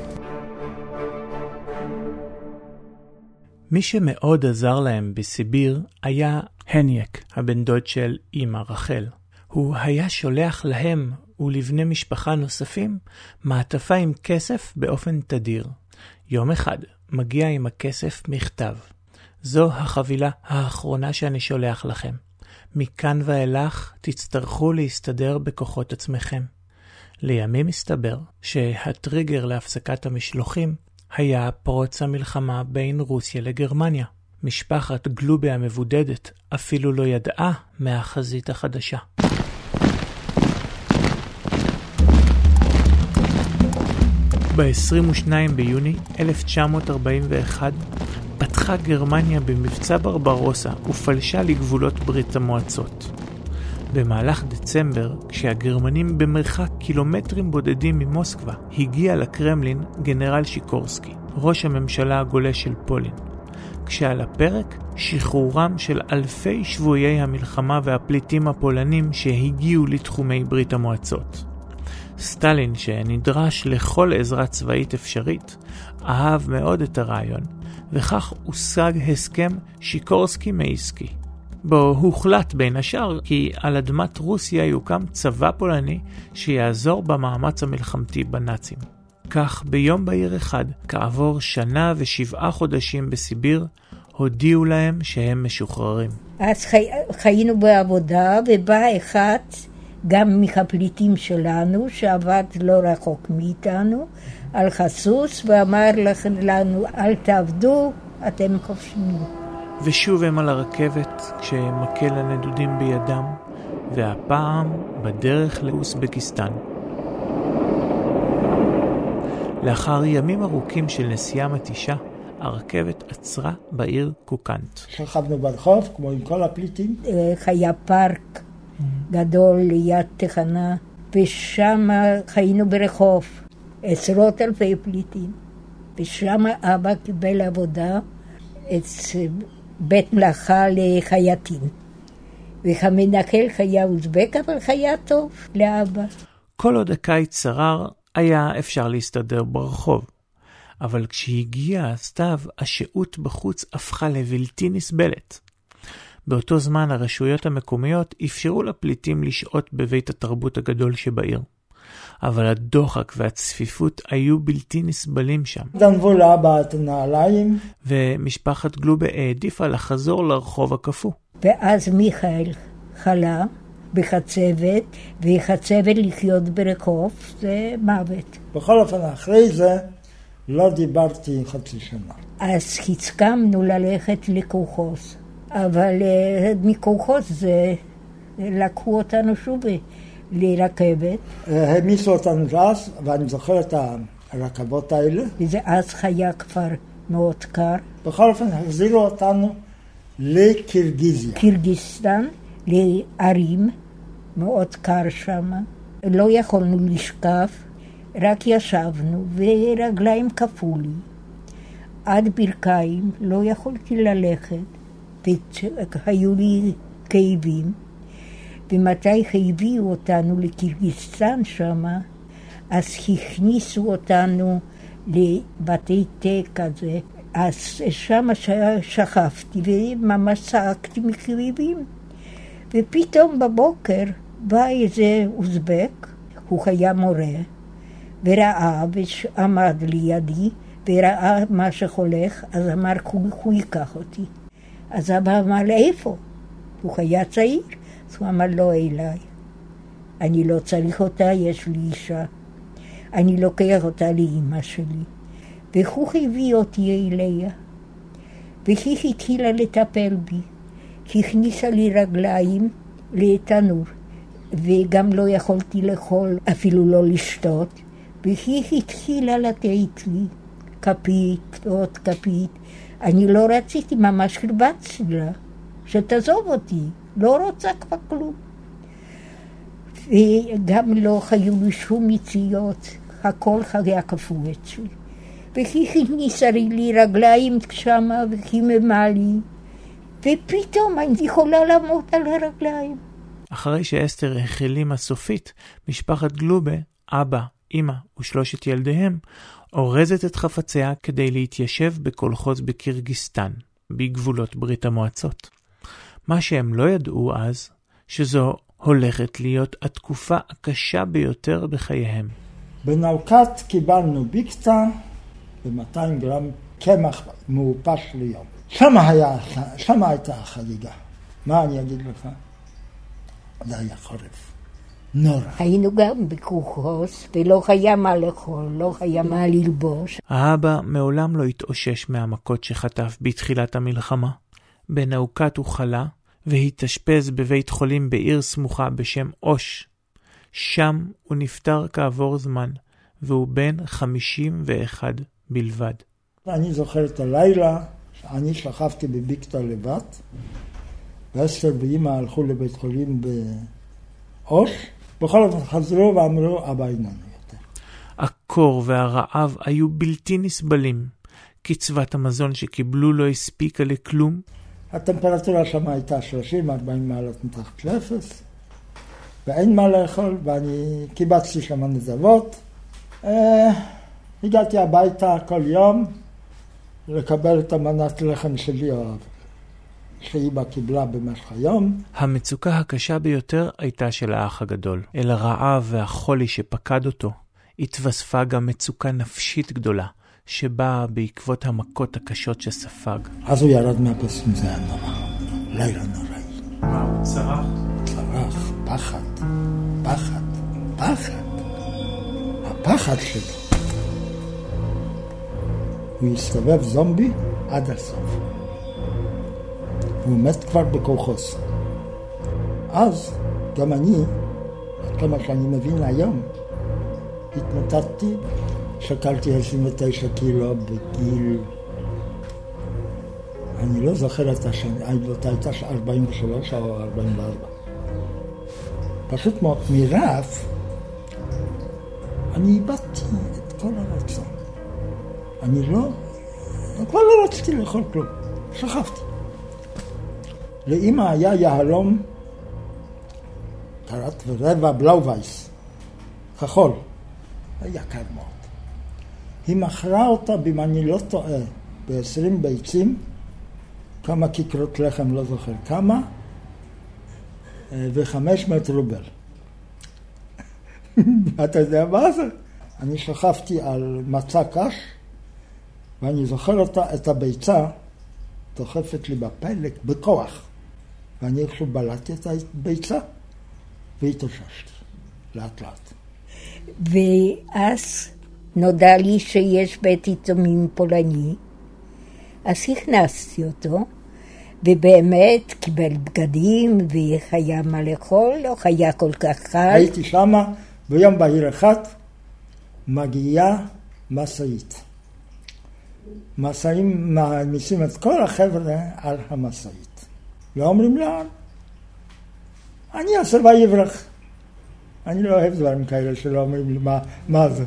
מי שמאוד עזר להם בסיביר היה הניאק, הבן דוד של אמא רחל. הוא היה שולח להם ולבני משפחה נוספים מעטפה עם כסף באופן תדיר. יום אחד מגיע עם הכסף מכתב. זו החבילה האחרונה שאני שולח לכם. מכאן ואילך תצטרכו להסתדר בכוחות עצמכם. לימים הסתבר שהטריגר להפסקת המשלוחים היה פרוץ המלחמה בין רוסיה לגרמניה. משפחת גלובה המבודדת אפילו לא ידעה מהחזית החדשה. ב-עשרים ושניים ביוני אלף תשע מאות ארבעים ואחת פתחה גרמניה במבצע ברברוסה ופלשה לגבולות ברית המועצות. במהלך דצמבר, כשהגרמנים במרחק קילומטרים בודדים ממוסקבה, הגיע לקרמלין גנרל שיקורסקי, ראש הממשלה הגולה של פולין. כשעל הפרק שחרורם של אלפי שבויי המלחמה והפליטים הפולנים שהגיעו לתחומי ברית המועצות. סטלין, שנדרש לכל עזרה צבאית אפשרית, אהב מאוד את הרעיון, וכך הושג הסכם שיקורסקי-מייסקי. בו הוחלט בין השאר כי על אדמת רוסיה יוקם צבא פולני שיעזור במאמץ המלחמתי בנאצים. כך ביום בהיר אחד, כעבור שנה ושבעה חודשים בסיביר, הודיעו להם שהם משוחררים. אז חי... חיינו בעבודה, ובא אחד גם מהפליטים שלנו, שעבד לא רחוק מאיתנו, על חסוס, ואמר לנו, אל תעבדו, אתם חופשים. ושוב הם על הרכבת כשמקל הנדודים בידם, והפעם בדרך לאוסבקיסטן. לאחר ימים ארוכים של נסיעה מתישה, הרכבת עצרה בעיר קוקנט. שכבנו ברחוב, כמו עם כל הפליטים. היה פארק גדול ליד תחנה, ושם חיינו ברחוב, עשרות אלפי פליטים. ושם אבא קיבל עבודה את בית מלאכה לחייטים. והמנחל היה אוזבק, אבל היה טוב לאבא. כל עוד הקיץ שרר, היה אפשר להסתדר ברחוב. אבל כשהגיעה סתיו, השהות בחוץ הפכה לבלתי נסבלת. באותו זמן הרשויות המקומיות אפשרו לפליטים לשהות בבית התרבות הגדול שבעיר. אבל הדוחק והצפיפות היו בלתי נסבלים שם. גנבו לאבא את הנעליים. ומשפחת גלובה העדיפה לחזור לרחוב הקפוא. ואז מיכאל חלה בחצבת, וחצבת לחיות ברחוב זה מוות. בכל אופן, אחרי זה לא דיברתי חצי שנה. אז הסכמנו ללכת לקורחוס, אבל מקורחוס זה לקחו אותנו שוב לרכבת. העמיסו אותנו אז, ואני זוכר את הרכבות האלה. וזה אז היה כבר מאוד קר. בכל אופן, החזירו אותנו לקירגיזיה. קירגיסטן, לערים, מאוד קר שם. לא יכולנו לשכב, רק ישבנו, ורגליים קפאו לי. עד ברכיים לא יכולתי ללכת, והיו לי כאבים. ומתי הביאו אותנו לקירגיסטן שם, אז הכניסו אותנו לבתי תה כזה. אז שם שכבתי וממש צעקתי מכאבים. ופתאום בבוקר בא איזה אוזבק, הוא היה מורה, וראה ועמד לידי, וראה מה שהולך, אז אמר, הוא ייקח אותי. אז אבא אמר, לאיפה? הוא היה צעיר, אז הוא אמר, לא אליי. אני לא צריך אותה, יש לי אישה. אני לוקח אותה לאמא שלי. והוא הביא אותי אליה, והיא התחילה לטפל בי. הכניסה לי רגליים לתנור, וגם לא יכולתי לאכול, אפילו לא לשתות. והיא התחילה לתת לי כפית, עוד כפית. אני לא רציתי, ממש הרבצתי לה, שתעזוב אותי, לא רוצה כבר כלום. וגם לא היו לי שום מציאות, הכל היה קפוא אצלי. והיא הכניסה לי רגליים שמה וחיממה לי, ופתאום אני יכולה לעמוד על הרגליים. אחרי שאסתר החלימה סופית, משפחת גלובה, אבא, אמא ושלושת ילדיהם, אורזת את חפציה כדי להתיישב בקולחוז בקירגיסטן, בגבולות ברית המועצות. מה שהם לא ידעו אז, שזו הולכת להיות התקופה הקשה ביותר בחייהם. בנאוקת קיבלנו ביקטה ו-מאתיים גרם קמח מעופש ליום. שם, היה, שם הייתה החגיגה. מה אני אגיד לך? זה היה חורף. נורא. היינו גם בקורחוס, ולא היה מה לאכול, לא היה מה ללבוש. האבא מעולם לא התאושש מהמכות שחטף בתחילת המלחמה. בנאוקת הוא חלה, והתאשפז בבית חולים בעיר סמוכה בשם אוש. שם הוא נפטר כעבור זמן, והוא בן חמישים ואחת בלבד. אני זוכר את הלילה, שאני שכבתי בביקטה לבד, ואסתר ואמא הלכו לבית חולים באוש, בכל אופן חזרו ואמרו, אבא איננו יותר. הקור והרעב היו בלתי נסבלים. קצבת המזון שקיבלו לא הספיקה לכלום. הטמפרטורה שם הייתה שלושים ארבעים מעלות מתחת לאפס, ואין מה לאכול, ואני קיבצתי שם נדבות. אה, הגעתי הביתה כל יום לקבל את המנת לחם שלי שאימא קיבלה במשך היום. המצוקה הקשה ביותר הייתה של האח הגדול. אל הרעב והחולי שפקד אותו, התווספה גם מצוקה נפשית גדולה, שבאה בעקבות המכות הקשות שספג. אז הוא ירד מהפסים, זה היה נורא. לילה נוראי. מה, הוא צרח? צרח, פחד, פחד, פחד. הפחד שלו. הוא הסתובב זומבי עד הסוף. הוא מת כבר בקורחוס. אז גם אני, עד כמה שאני מבין היום, התמוטטתי, שקלתי עשרים ותשע קילו בגיל, אני לא זוכר את השנה, הייתה ארבעים ושלוש או ארבעים וארבע. פשוט מאוד, מרף, אני איבדתי את כל הרצון. אני לא, אני כבר לא רציתי לאכול כלום, שכבתי. לאמא היה יהלום, קרת ורבע בלאו וייס, כחול, היה יקר מאוד. היא מכרה אותה, אם אני לא טועה, ב-עשרים ביצים, כמה כיכרות לחם, לא זוכר כמה, ו-חמש מאות רובל. אתה יודע מה זה? אני שכבתי על מצע קש, ואני זוכר אותה, את הביצה, דוחפת לי בפלק בכוח. ואני איכשהו בלעתי את הביצה, והתאוששתי, לאט לאט. ואז נודע לי שיש בית יתומים פולני, אז הכנסתי אותו, ובאמת קיבל בגדים, והיה מה לאכול, לא היה כל כך קל. הייתי שמה, ביום בהיר אחד, מגיעה מסעית. מסעים מעמיסים את כל החבר'ה על המסעית. לא אומרים לאן. אני אעשה ויברח. אני לא אוהב דברים כאלה שלא אומרים לי מה, מה זה.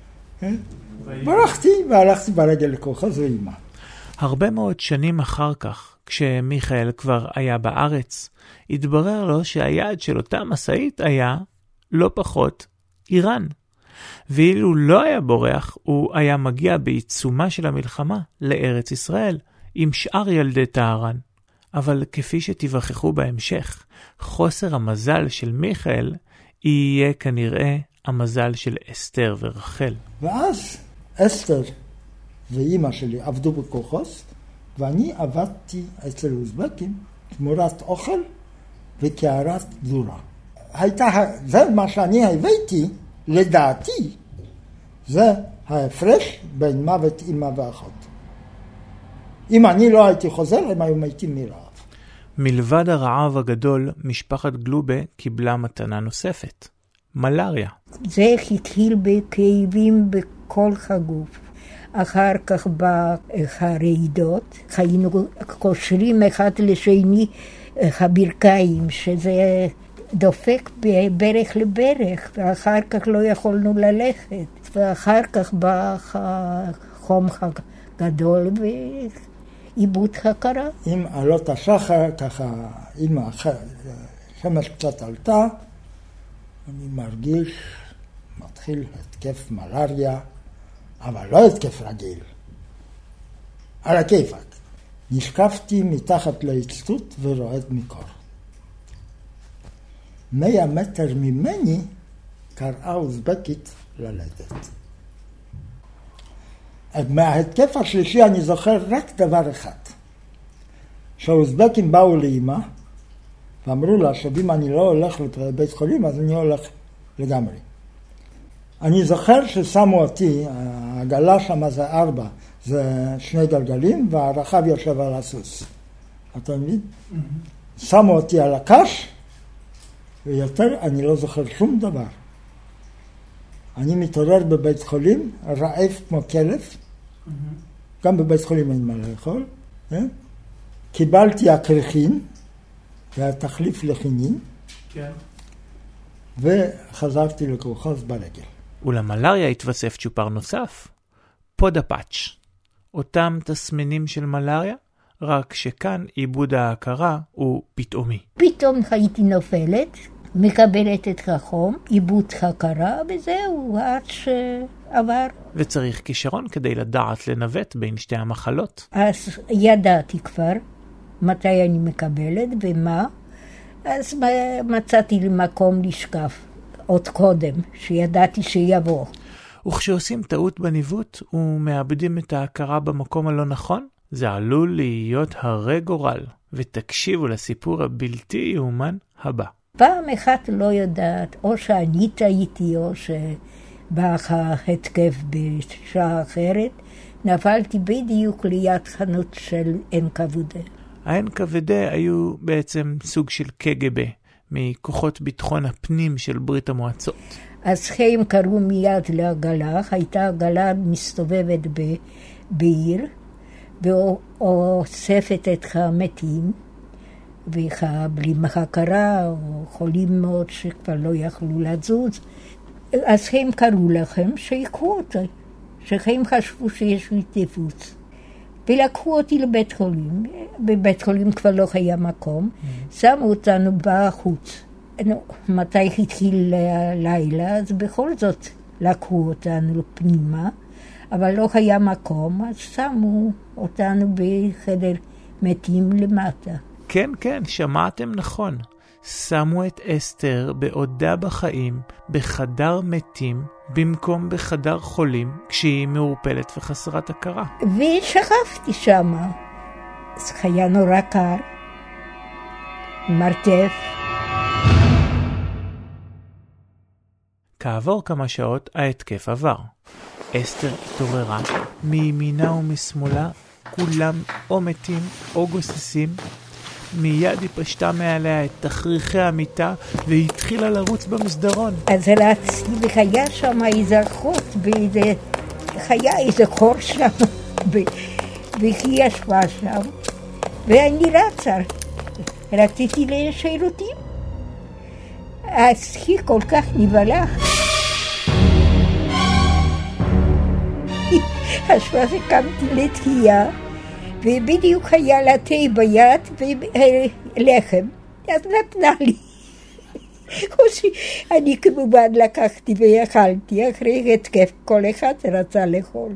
ברחתי והלכתי ברגל לכוחז ואימא. הרבה מאוד שנים אחר כך, כשמיכאל כבר היה בארץ, התברר לו שהיעד של אותה מסעית היה לא פחות איראן. ואילו לא היה בורח, הוא היה מגיע בעיצומה של המלחמה לארץ ישראל, עם שאר ילדי טהרן. אבל כפי שתיווכחו בהמשך, חוסר המזל של מיכאל יהיה כנראה המזל של אסתר ורחל. ואז אסתר ואימא שלי עבדו בכוחוס, ואני עבדתי אצל אוזבקים תמורת אוכל וקערת דורה. הייתה, זה מה שאני הבאתי, לדעתי, זה ההפרש בין מוות אמא ואחות. אם אני לא הייתי חוזר, הם היו מתים מרעב. מלבד הרעב הגדול, משפחת גלובה קיבלה מתנה נוספת, מלריה. זה התחיל בכאבים בכל הגוף. אחר כך ברעידות, היינו קושרים אחד לשני הברכיים, שזה דופק ברך לברך, ואחר כך לא יכולנו ללכת. ואחר כך בא חום גדול ואיבוד הכרה. עם עלות השחר, ככה, עם השמש קצת עלתה, אני מרגיש, מתחיל התקף מלריה, אבל לא התקף רגיל. על הכיפק. נשקפתי מתחת להצטות ורועד מקור. מאה מטר ממני קראה אוזבקית ללדת. מההתקף השלישי אני זוכר רק דבר אחד. שהאוזבקים באו לאמא ואמרו לה שאם אני לא הולך לבית חולים אז אני הולך לגמרי. אני זוכר ששמו אותי, הגלה שם זה ארבע, זה שני גלגלים והרחב יושב על הסוס. אתה מבין? Mm-hmm. שמו אותי על הקש ויותר אני לא זוכר שום דבר. אני מתעורר בבית חולים, רעב כמו כלב, mm-hmm. גם בבית חולים אין מה לאכול. אה? קיבלתי הקרחין, זה התחליף לחינין, כן. וחזרתי לכוחז ברגל. ולמלריה התווסף צ'ופר נוסף, פודפאץ'. אותם תסמינים של מלריה, רק שכאן עיבוד ההכרה הוא פתאומי. פתאום הייתי נופלת, מקבלת את החום, עיבוד הכרה, וזהו, עד שעבר. וצריך כישרון כדי לדעת לנווט בין שתי המחלות. אז ידעתי כבר מתי אני מקבלת ומה, אז מצאתי לי מקום לשקף עוד קודם, שידעתי שיבוא. וכשעושים טעות בניווט ומאבדים את ההכרה במקום הלא נכון, זה עלול להיות הרי גורל, ותקשיבו לסיפור הבלתי יאומן הבא. פעם אחת לא יודעת, או שאני טעיתי, או שבא התקף בשעה אחרת, נפלתי בדיוק ליד חנות של אן קה וי די. ה-אן קה וי די היו בעצם סוג של קה גה בי, מכוחות ביטחון הפנים של ברית המועצות. אז הם קראו מיד לעגלה, הייתה עגלה מסתובבת ב- בעיר, ואוספת את המתים, ובלי הכרה, או חולים מאוד שכבר לא יכלו לזוז. אז הם קראו לכם שיקחו אותי, שהם חשבו שיש לי טיפוס. ולקחו אותי לבית חולים, בבית חולים כבר לא היה מקום, mm-hmm. שמו אותנו בחוץ. מתי התחיל לילה, אז בכל זאת לקחו אותנו פנימה, אבל לא היה מקום, אז שמו אותנו בחדר מתים למטה. כן, כן, שמעתם נכון. שמו את אסתר בעודה בחיים בחדר מתים במקום בחדר חולים כשהיא מעורפלת וחסרת הכרה. ושכבתי שמה. אז היה נורא קר, מרתף. כעבור כמה שעות ההתקף עבר. אסתר התעוררה, מימינה ומשמאלה, כולם או מתים או גוססים. מיד היא פשטה מעליה את תכריכי המיטה והתחילה לרוץ במסדרון. אז רצתי והיה שם איזה אחות, באיזה, היה איזה חור שם, והיא ישבה שם, ואני רצה, רציתי לשירותים. אז היא כל כך נבהלה. עכשיו קמתי לתחייה, ובדיוק היה לה תה ביד ולחם, אז נתנה לי. אני כמובן לקחתי ואכלתי, אחרי התקף כל אחד רצה לאכול.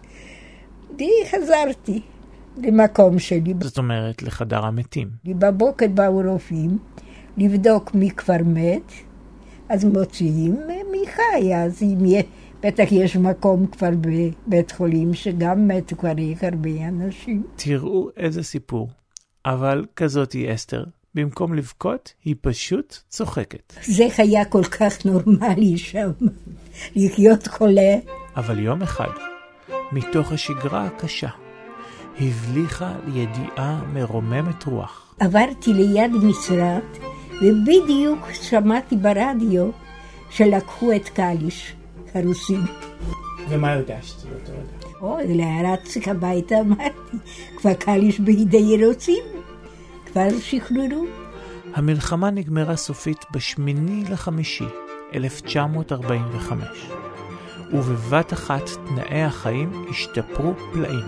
וחזרתי למקום שלי. זאת אומרת, לחדר המתים. בבוקר באו רופאים לבדוק מי כבר מת, אז מוציאים מי חי, אז אם יהיה, בטח יש מקום כבר בבית חולים שגם מת כבר הרבה אנשים. תראו איזה סיפור. אבל כזאת היא אסתר. במקום לבכות, היא פשוט צוחקת. זה היה כל כך נורמלי שם, לחיות חולה. אבל יום אחד, מתוך השגרה הקשה, הבליחה לידיעה מרוממת רוח. עברתי ליד משרד, ובדיוק שמעתי ברדיו שלקחו את קליש, הרוסים. ומה הרגשת באותו רגע? או, להרצתי הביתה, אמרתי, כבר קליש בידי רוסים, כבר שחררו. המלחמה נגמרה סופית בשמיני לחמישי, אלף תשע מאות ארבעים וחמש, ובבת אחת תנאי החיים השתפרו פלאים.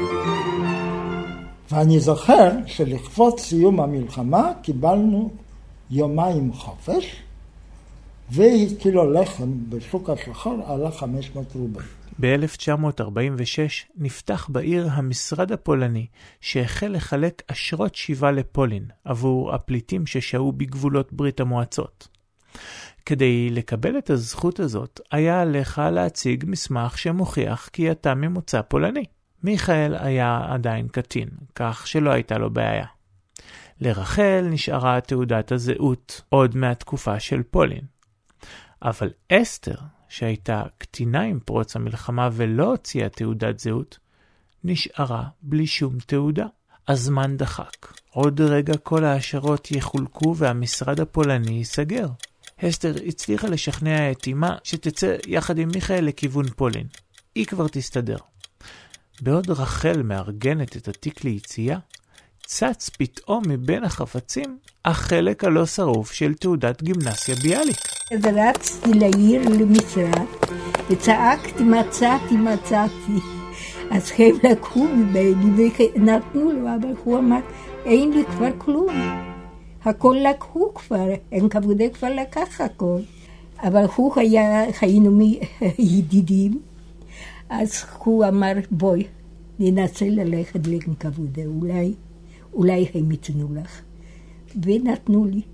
ואני זוכר שלכבוד סיום המלחמה קיבלנו יומיים חופש, והקילו לחם בשוק השחור עלה חמש מאות רובל. ב-אלף תשע מאות ארבעים ושש נפתח בעיר המשרד הפולני שהחל לחלק אשרות שיבה לפולין עבור הפליטים ששהו בגבולות ברית המועצות. כדי לקבל את הזכות הזאת היה עליך להציג מסמך שמוכיח כי אתה ממוצא פולני. מיכאל היה עדיין קטין, כך שלא הייתה לו בעיה. לרחל נשארה תעודת הזהות עוד מהתקופה של פולין. אבל אסתר, שהייתה קטינה עם פרוץ המלחמה ולא הוציאה תעודת זהות, נשארה בלי שום תעודה. הזמן דחק. עוד רגע כל האשרות יחולקו והמשרד הפולני ייסגר. אסתר הצליחה לשכנע את אמה שתצא יחד עם מיכאל לכיוון פולין. היא כבר תסתדר. בעוד רחל מארגנת את התיק ליציאה, צץ פתאום מבין החפצים החלק הלא שרוף של תעודת גימנסיה ביאליק. אז רצתי לעיר למשרד וצעקתי מצאתי מצאתי. אז הם לקחו ממני ונתנו לו, אבל הוא אמר אין לי כבר כלום. הכל לקחו כבר, אין כבודי כבר לקח הכל. אבל הוא היה, היינו ידידים, אז הוא אמר בואי ננסה ללכת לכבודי, אולי אולי הם יתנו לך. ונתנו לי.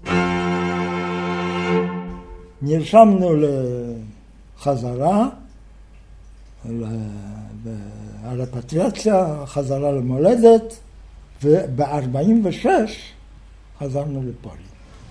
נרשמנו לחזרה, הרפטריאציה, חזרה למולדת, וב-ארבעים ושש חזרנו לפולין.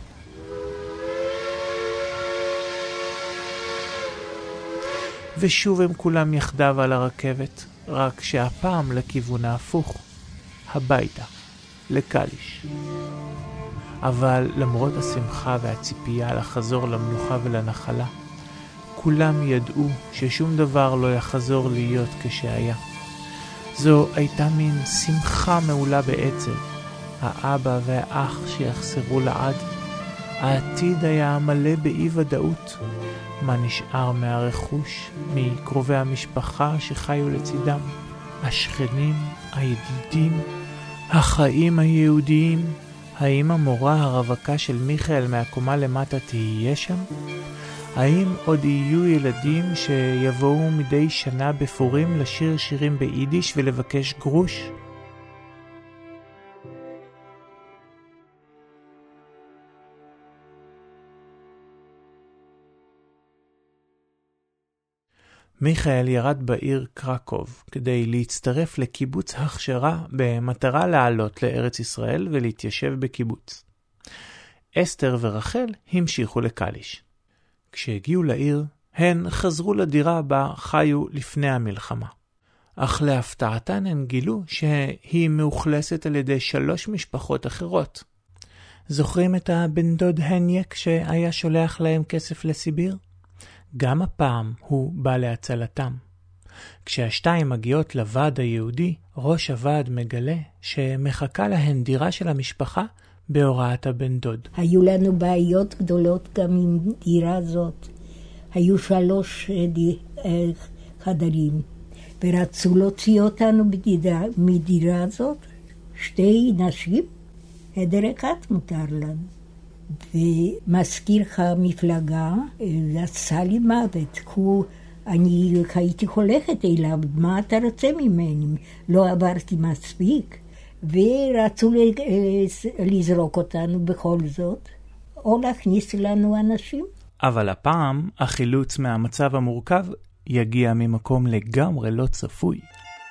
ושוב הם כולם יחדיו על הרכבת, רק שהפעם לכיוון ההפוך, הביתה, לקליש. אבל למרות השמחה והציפייה לחזור למנוחה ולנחלה, כולם ידעו ששום דבר לא יחזור להיות כשהיה. זו הייתה מין שמחה מעולה בעצם. האבא והאח שיחסרו לעד. העתיד היה מלא באי ודאות. מה נשאר מהרכוש, מקרובי המשפחה שחיו לצידם? השכנים, הידידים, החיים היהודיים. האם המורה הרווקה של מיכאל מהקומה למטה תהיה שם? האם עוד יהיו ילדים שיבואו מדי שנה בפורים לשיר שירים ביידיש ולבקש גרוש? מיכאל ירד בעיר קרקוב כדי להצטרף לקיבוץ הכשרה במטרה לעלות לארץ ישראל ולהתיישב בקיבוץ. אסתר ורחל המשיכו לקליש. כשהגיעו לעיר, הן חזרו לדירה בה חיו לפני המלחמה. אך להפתעתן הן גילו שהיא מאוכלסת על ידי שלוש משפחות אחרות. זוכרים את הבן דוד הניק שהיה שולח להם כסף לסיביר? גם הפעם הוא בא להצלתם. כשהשתיים מגיעות לוועד היהודי, ראש הוועד מגלה שמחכה להן דירה של המשפחה בהוראת הבן דוד. היו לנו בעיות גדולות גם עם דירה זאת. היו שלוש חדרים, ורצו להוציא אותנו מדירה, מדירה זאת. שתי נשים, חדר אחד מותר לנו. ומזכיר המפלגה עשה לי מוות, אני הייתי הולכת אליו, מה אתה רוצה ממני? לא עברתי מספיק, ורצו לזרוק אותנו בכל זאת, או להכניס לנו אנשים. אבל הפעם החילוץ מהמצב המורכב יגיע ממקום לגמרי לא צפוי.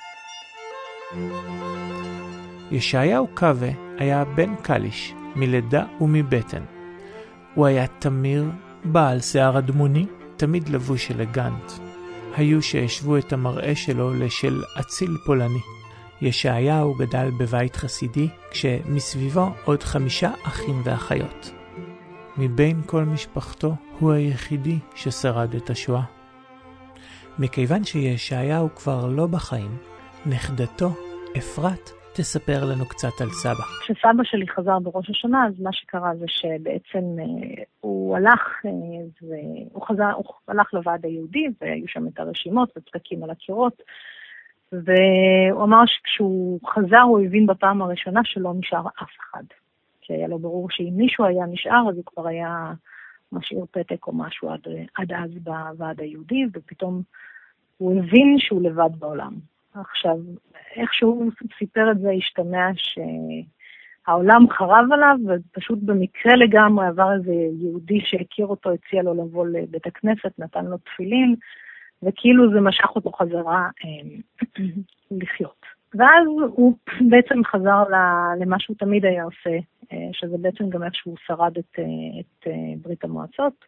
ישעיהו קווה היה בן קליש, מלידה ומבטן. הוא היה תמיר, בעל שיער אדמוני, תמיד לבוש אלגנט. היו שהשוו את המראה שלו לשל אציל פולני. ישעיהו גדל בבית חסידי, כשמסביבו עוד חמישה אחים ואחיות. מבין כל משפחתו הוא היחידי ששרד את השואה. מכיוון שישעיהו כבר לא בחיים, נכדתו, אפרת, תספר לנו קצת על סבא. כשסבא שלי חזר בראש השנה, אז מה שקרה זה שבעצם אה, הוא הלך, אה, והוא חזר, הוא הלך לוועד היהודי, והיו שם את הרשימות ופתקים על הקירות, והוא אמר שכשהוא חזר, הוא הבין בפעם הראשונה שלא נשאר אף אחד. כי היה לו ברור שאם מישהו היה נשאר, אז הוא כבר היה משאיר פתק או משהו עד, עד אז בוועד היהודי, ופתאום הוא הבין שהוא לבד בעולם. עכשיו, איכשהו סיפר את זה, השתמע שהעולם חרב עליו, ופשוט במקרה לגמרי עבר איזה יהודי שהכיר אותו, הציע לו לבוא לבית הכנסת, נתן לו תפילין, וכאילו זה משך אותו חזרה אה, לחיות. ואז הוא בעצם חזר למה שהוא תמיד היה עושה, אה, שזה בעצם גם איכשהו שרד את, את ברית המועצות,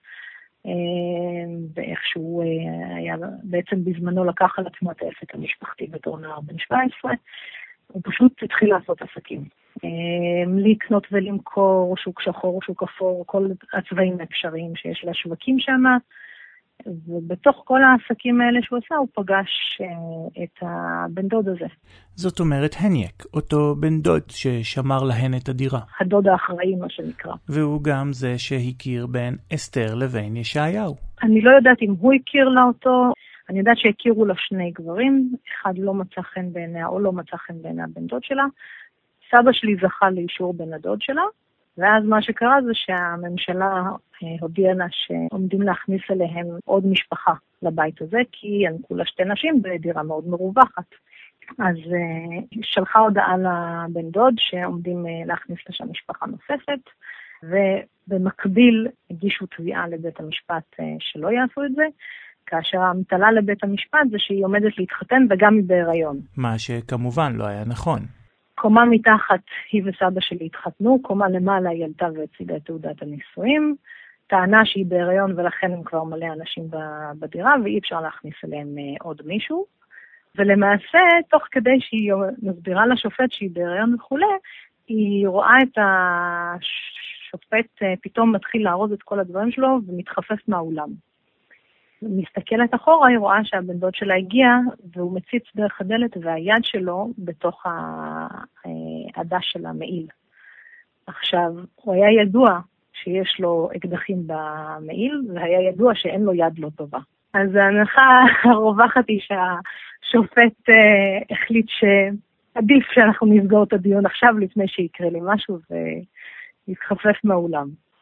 ואיכשהו היה בעצם בזמנו לקח על עצמו את העסק המשפחתי בתור נער בן שבע עשרה, הוא פשוט התחיל לעשות עסקים. לקנות ולמכור, שוק שחור, שוק אפור, כל הצבעים האפשריים שיש לשווקים שם, ובתוך כל העסקים האלה שהוא עשה, הוא פגש את הבן דוד הזה. זאת אומרת הניק, אותו בן דוד ששמר להן את הדירה. הדוד האחראי, מה שנקרא. והוא גם זה שהכיר בין אסתר לבין ישעיהו. אני לא יודעת אם הוא הכיר לה אותו, אני יודעת שהכירו לה שני גברים, אחד לא מצא חן בעיניה או לא מצא חן בעיניה בן דוד שלה. סבא שלי זכה לאישור בן הדוד שלה, ואז מה שקרה זה שהממשלה הודיעה לה שעומדים להכניס אליהם עוד משפחה לבית הזה, כי הן כולה שתי נשים בדירה מאוד מרווחת. אז שלחה הודעה לבן דוד שעומדים להכניס לשם משפחה נוספת, ובמקביל הגישו תביעה לבית המשפט שלא יעשו את זה, כאשר המטלה לבית המשפט זה שהיא עומדת להתחתן וגם היא בהיריון. מה שכמובן לא היה נכון. קומה מתחת היא וסבא שלי התחתנו, קומה למעלה היא ילדה והציגה את תעודת הנישואים, טענה שהיא בהיריון ולכן הם כבר מלא אנשים בדירה ואי אפשר להכניס אליהם עוד מישהו, ולמעשה תוך כדי שהיא מסבירה לשופט שהיא בהיריון וכו', היא רואה את השופט פתאום מתחיל להרוז את כל הדברים שלו ומתחפש מהאולם. מסתכלת אחורה, היא רואה שהבן דוד שלה הגיע, והוא מציץ דרך הדלת, והיד שלו בתוך העדה של המעיל. עכשיו, הוא היה ידוע שיש לו אקדחים במעיל, והיה ידוע שאין לו יד לא טובה. אז ההנחה הרווחת היא שהשופט החליט שעדיף שאנחנו נסגור את הדיון עכשיו, לפני שיקרה לי משהו, ויתחפף מהאולם.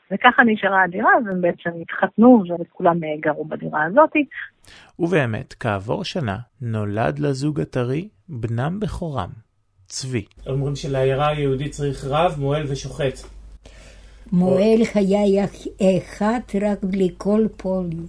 וככה נשארה הדירה, והם בעצם התחתנו וכולם גרו בדירה הזאת. ובאמת, כעבור שנה, נולד לזוג הטרי בנם בכורם, צבי. אומרים שלעיירה היהודית צריך רב, מועל ושוחט. מועל היה אחד רק בלי כל פולי.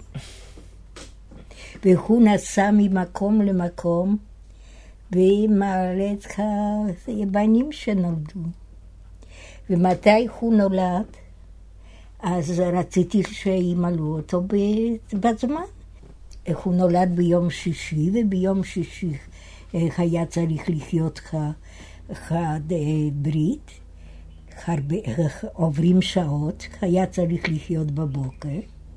והוא נסע ממקום למקום, ומעלה את הבנים שנולדו. ומתי הוא נולד? אז רציתי שימלאו אותו בזמן. הוא נולד ביום שישי, וביום שישי היה צריך לחיות חד ברית. הרבה, עוברים שעות, היה צריך לחיות בבוקר.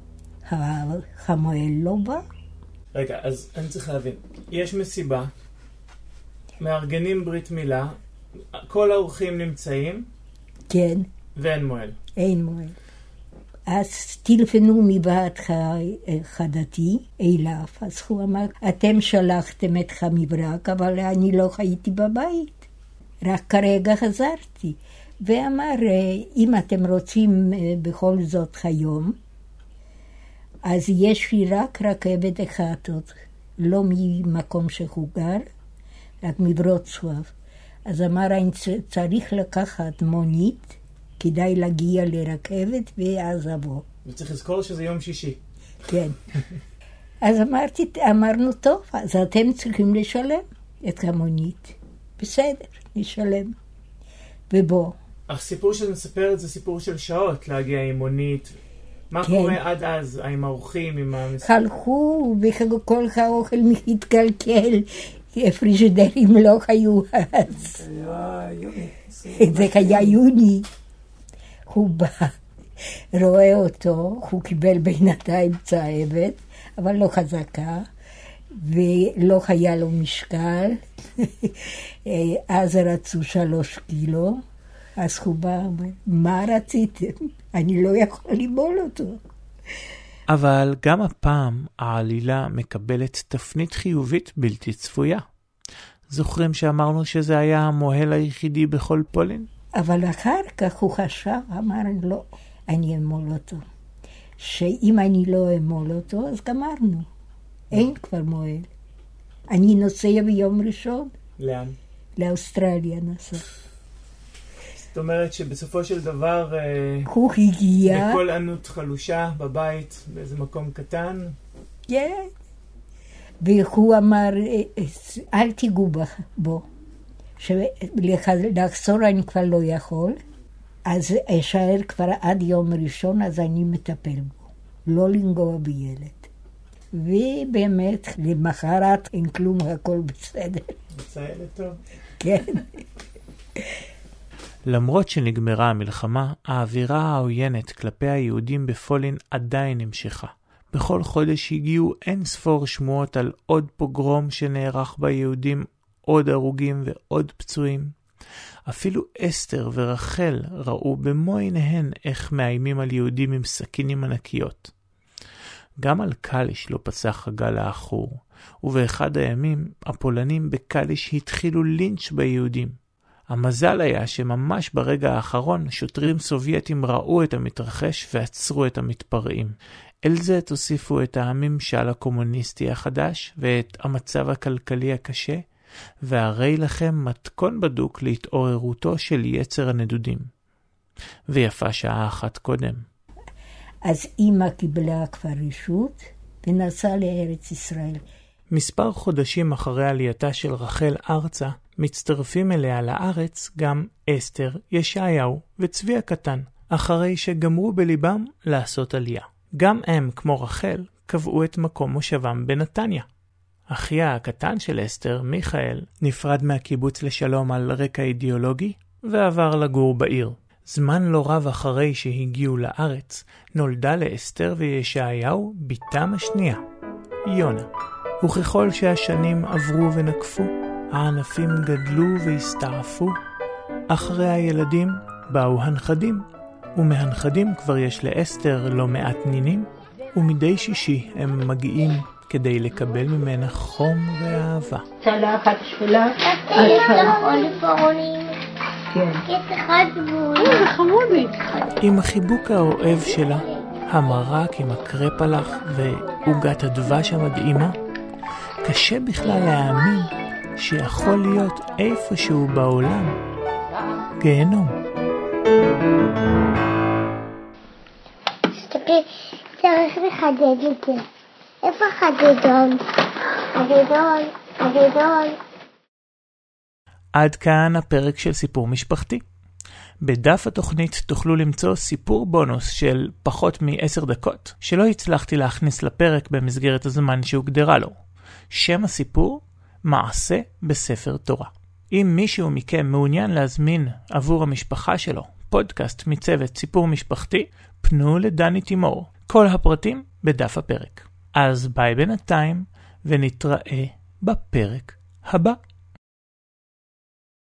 המועל לא בא. רגע, אז אני צריך להבין. יש מסיבה, מארגנים ברית מילה, כל האורחים נמצאים. כן. ואין מועל. אין מועל. אז טלפנו מבעד חדתי אליו, אז הוא אמר, אתם שלחתם את חמיברק, אבל אני לא הייתי בבית. רק כרגע חזרתי. ואמר, אם אתם רוצים בכל זאת היום, אז יש לי רק רכבת אחת עוד, לא ממקום שהוא גר, רק מברוצלב. אז אמר, אני צריך לקחת מונית, כדאי להגיע לרכבת ואז אבוא. וצריך לזכור שזה יום שישי. כן. אז אמרתי, אמרנו, טוב, אז אתם צריכים לשלם את המונית. בסדר, נשלם. ובוא. הסיפור שאת מספרת זה סיפור של שעות, להגיע עם מונית. מה כן. קורה עד אז, עם האורחים, עם המס... הלכו, וכל האוכל מתקלקל, הפריג'דרים לא היו אז. זה היה יוני. הוא בא, רואה אותו, הוא קיבל בינתיים צהבת, אבל לא חזקה, ולא היה לו משקל. אז רצו שלוש קילו, אז הוא בא, מה רציתם? אני לא יכול למול אותו. אבל גם הפעם העלילה מקבלת תפנית חיובית בלתי צפויה. זוכרים שאמרנו שזה היה המוהל היחידי בכל פולין? אבל אחר כך הוא חשב, אמר, לא, אני אמול אותו. שאם אני לא אמול אותו, אז גמרנו. אין כבר מועל. אני נוסע ביום ראשון. לאן? לאוסטרליה נסע. זאת אומרת שבסופו של דבר... הוא הגיע... בכל ענות חלושה בבית, באיזה מקום קטן. כן. והוא אמר, אל תיגעו בו. שלחזור אני כבר לא יכול, אז אשאר כבר עד יום ראשון, אז אני מטפל בו. לא לנגוע בילד. ובאמת, למחרת אין כלום, הכל בסדר. מצא ילד טוב. כן. למרות שנגמרה המלחמה, האווירה העוינת כלפי היהודים בפולין עדיין נמשכה. בכל חודש הגיעו אין ספור שמועות על עוד פוגרום שנערך ביהודים, עוד הרוגים ועוד פצועים. אפילו אסתר ורחל ראו במו עיניהן איך מאיימים על יהודים עם סכינים ענקיות. גם על קליש לא פסח הגל האחור, ובאחד הימים הפולנים בקליש התחילו לינץ' ביהודים. המזל היה שממש ברגע האחרון שוטרים סובייטים ראו את המתרחש ועצרו את המתפרעים. אל זה תוסיפו את הממשל הקומוניסטי החדש ואת המצב הכלכלי הקשה, והרי לכם מתכון בדוק להתעוררותו של יצר הנדודים. ויפה שעה אחת קודם. אז אמא קיבלה כבר רשות ונסעה לארץ ישראל. מספר חודשים אחרי עלייתה של רחל ארצה, מצטרפים אליה לארץ גם אסתר, ישעיהו וצבי הקטן, אחרי שגמרו בליבם לעשות עלייה. גם הם, כמו רחל, קבעו את מקום מושבם בנתניה. אחיה הקטן של אסתר, מיכאל, נפרד מהקיבוץ לשלום על רקע אידיאולוגי, ועבר לגור בעיר. זמן לא רב אחרי שהגיעו לארץ, נולדה לאסתר וישעיהו בתם השנייה, יונה. וככל שהשנים עברו ונקפו, הענפים גדלו והסתעפו. אחרי הילדים באו הנכדים, ומהנכדים כבר יש לאסתר לא מעט נינים, ומדי שישי הם מגיעים כדי לקבל ממנה חום ואהבה. צלחת שלה, אני יכול לפעולים. כן. קץ אחד גבול. זה חמודי. עם החיבוק האוהב שלה, המרק עם הקרפ הלך ועוגת הדבש המדהימה, קשה בכלל להאמין שיכול להיות איפשהו בעולם גיהנום. תסתכלי, צריך לחדד את זה. איפה החדדון? חדדון, חדדון. עד כאן הפרק של סיפור משפחתי. בדף התוכנית תוכלו למצוא סיפור בונוס של פחות מעשר דקות, שלא הצלחתי להכניס לפרק במסגרת הזמן שהוגדרה לו. שם הסיפור, מעשה בספר תורה. אם מישהו מכם מעוניין להזמין עבור המשפחה שלו פודקאסט מצוות סיפור משפחתי, פנו לדני תימור. כל הפרטים בדף הפרק. אז ביי בינתיים, ונתראה בפרק הבא.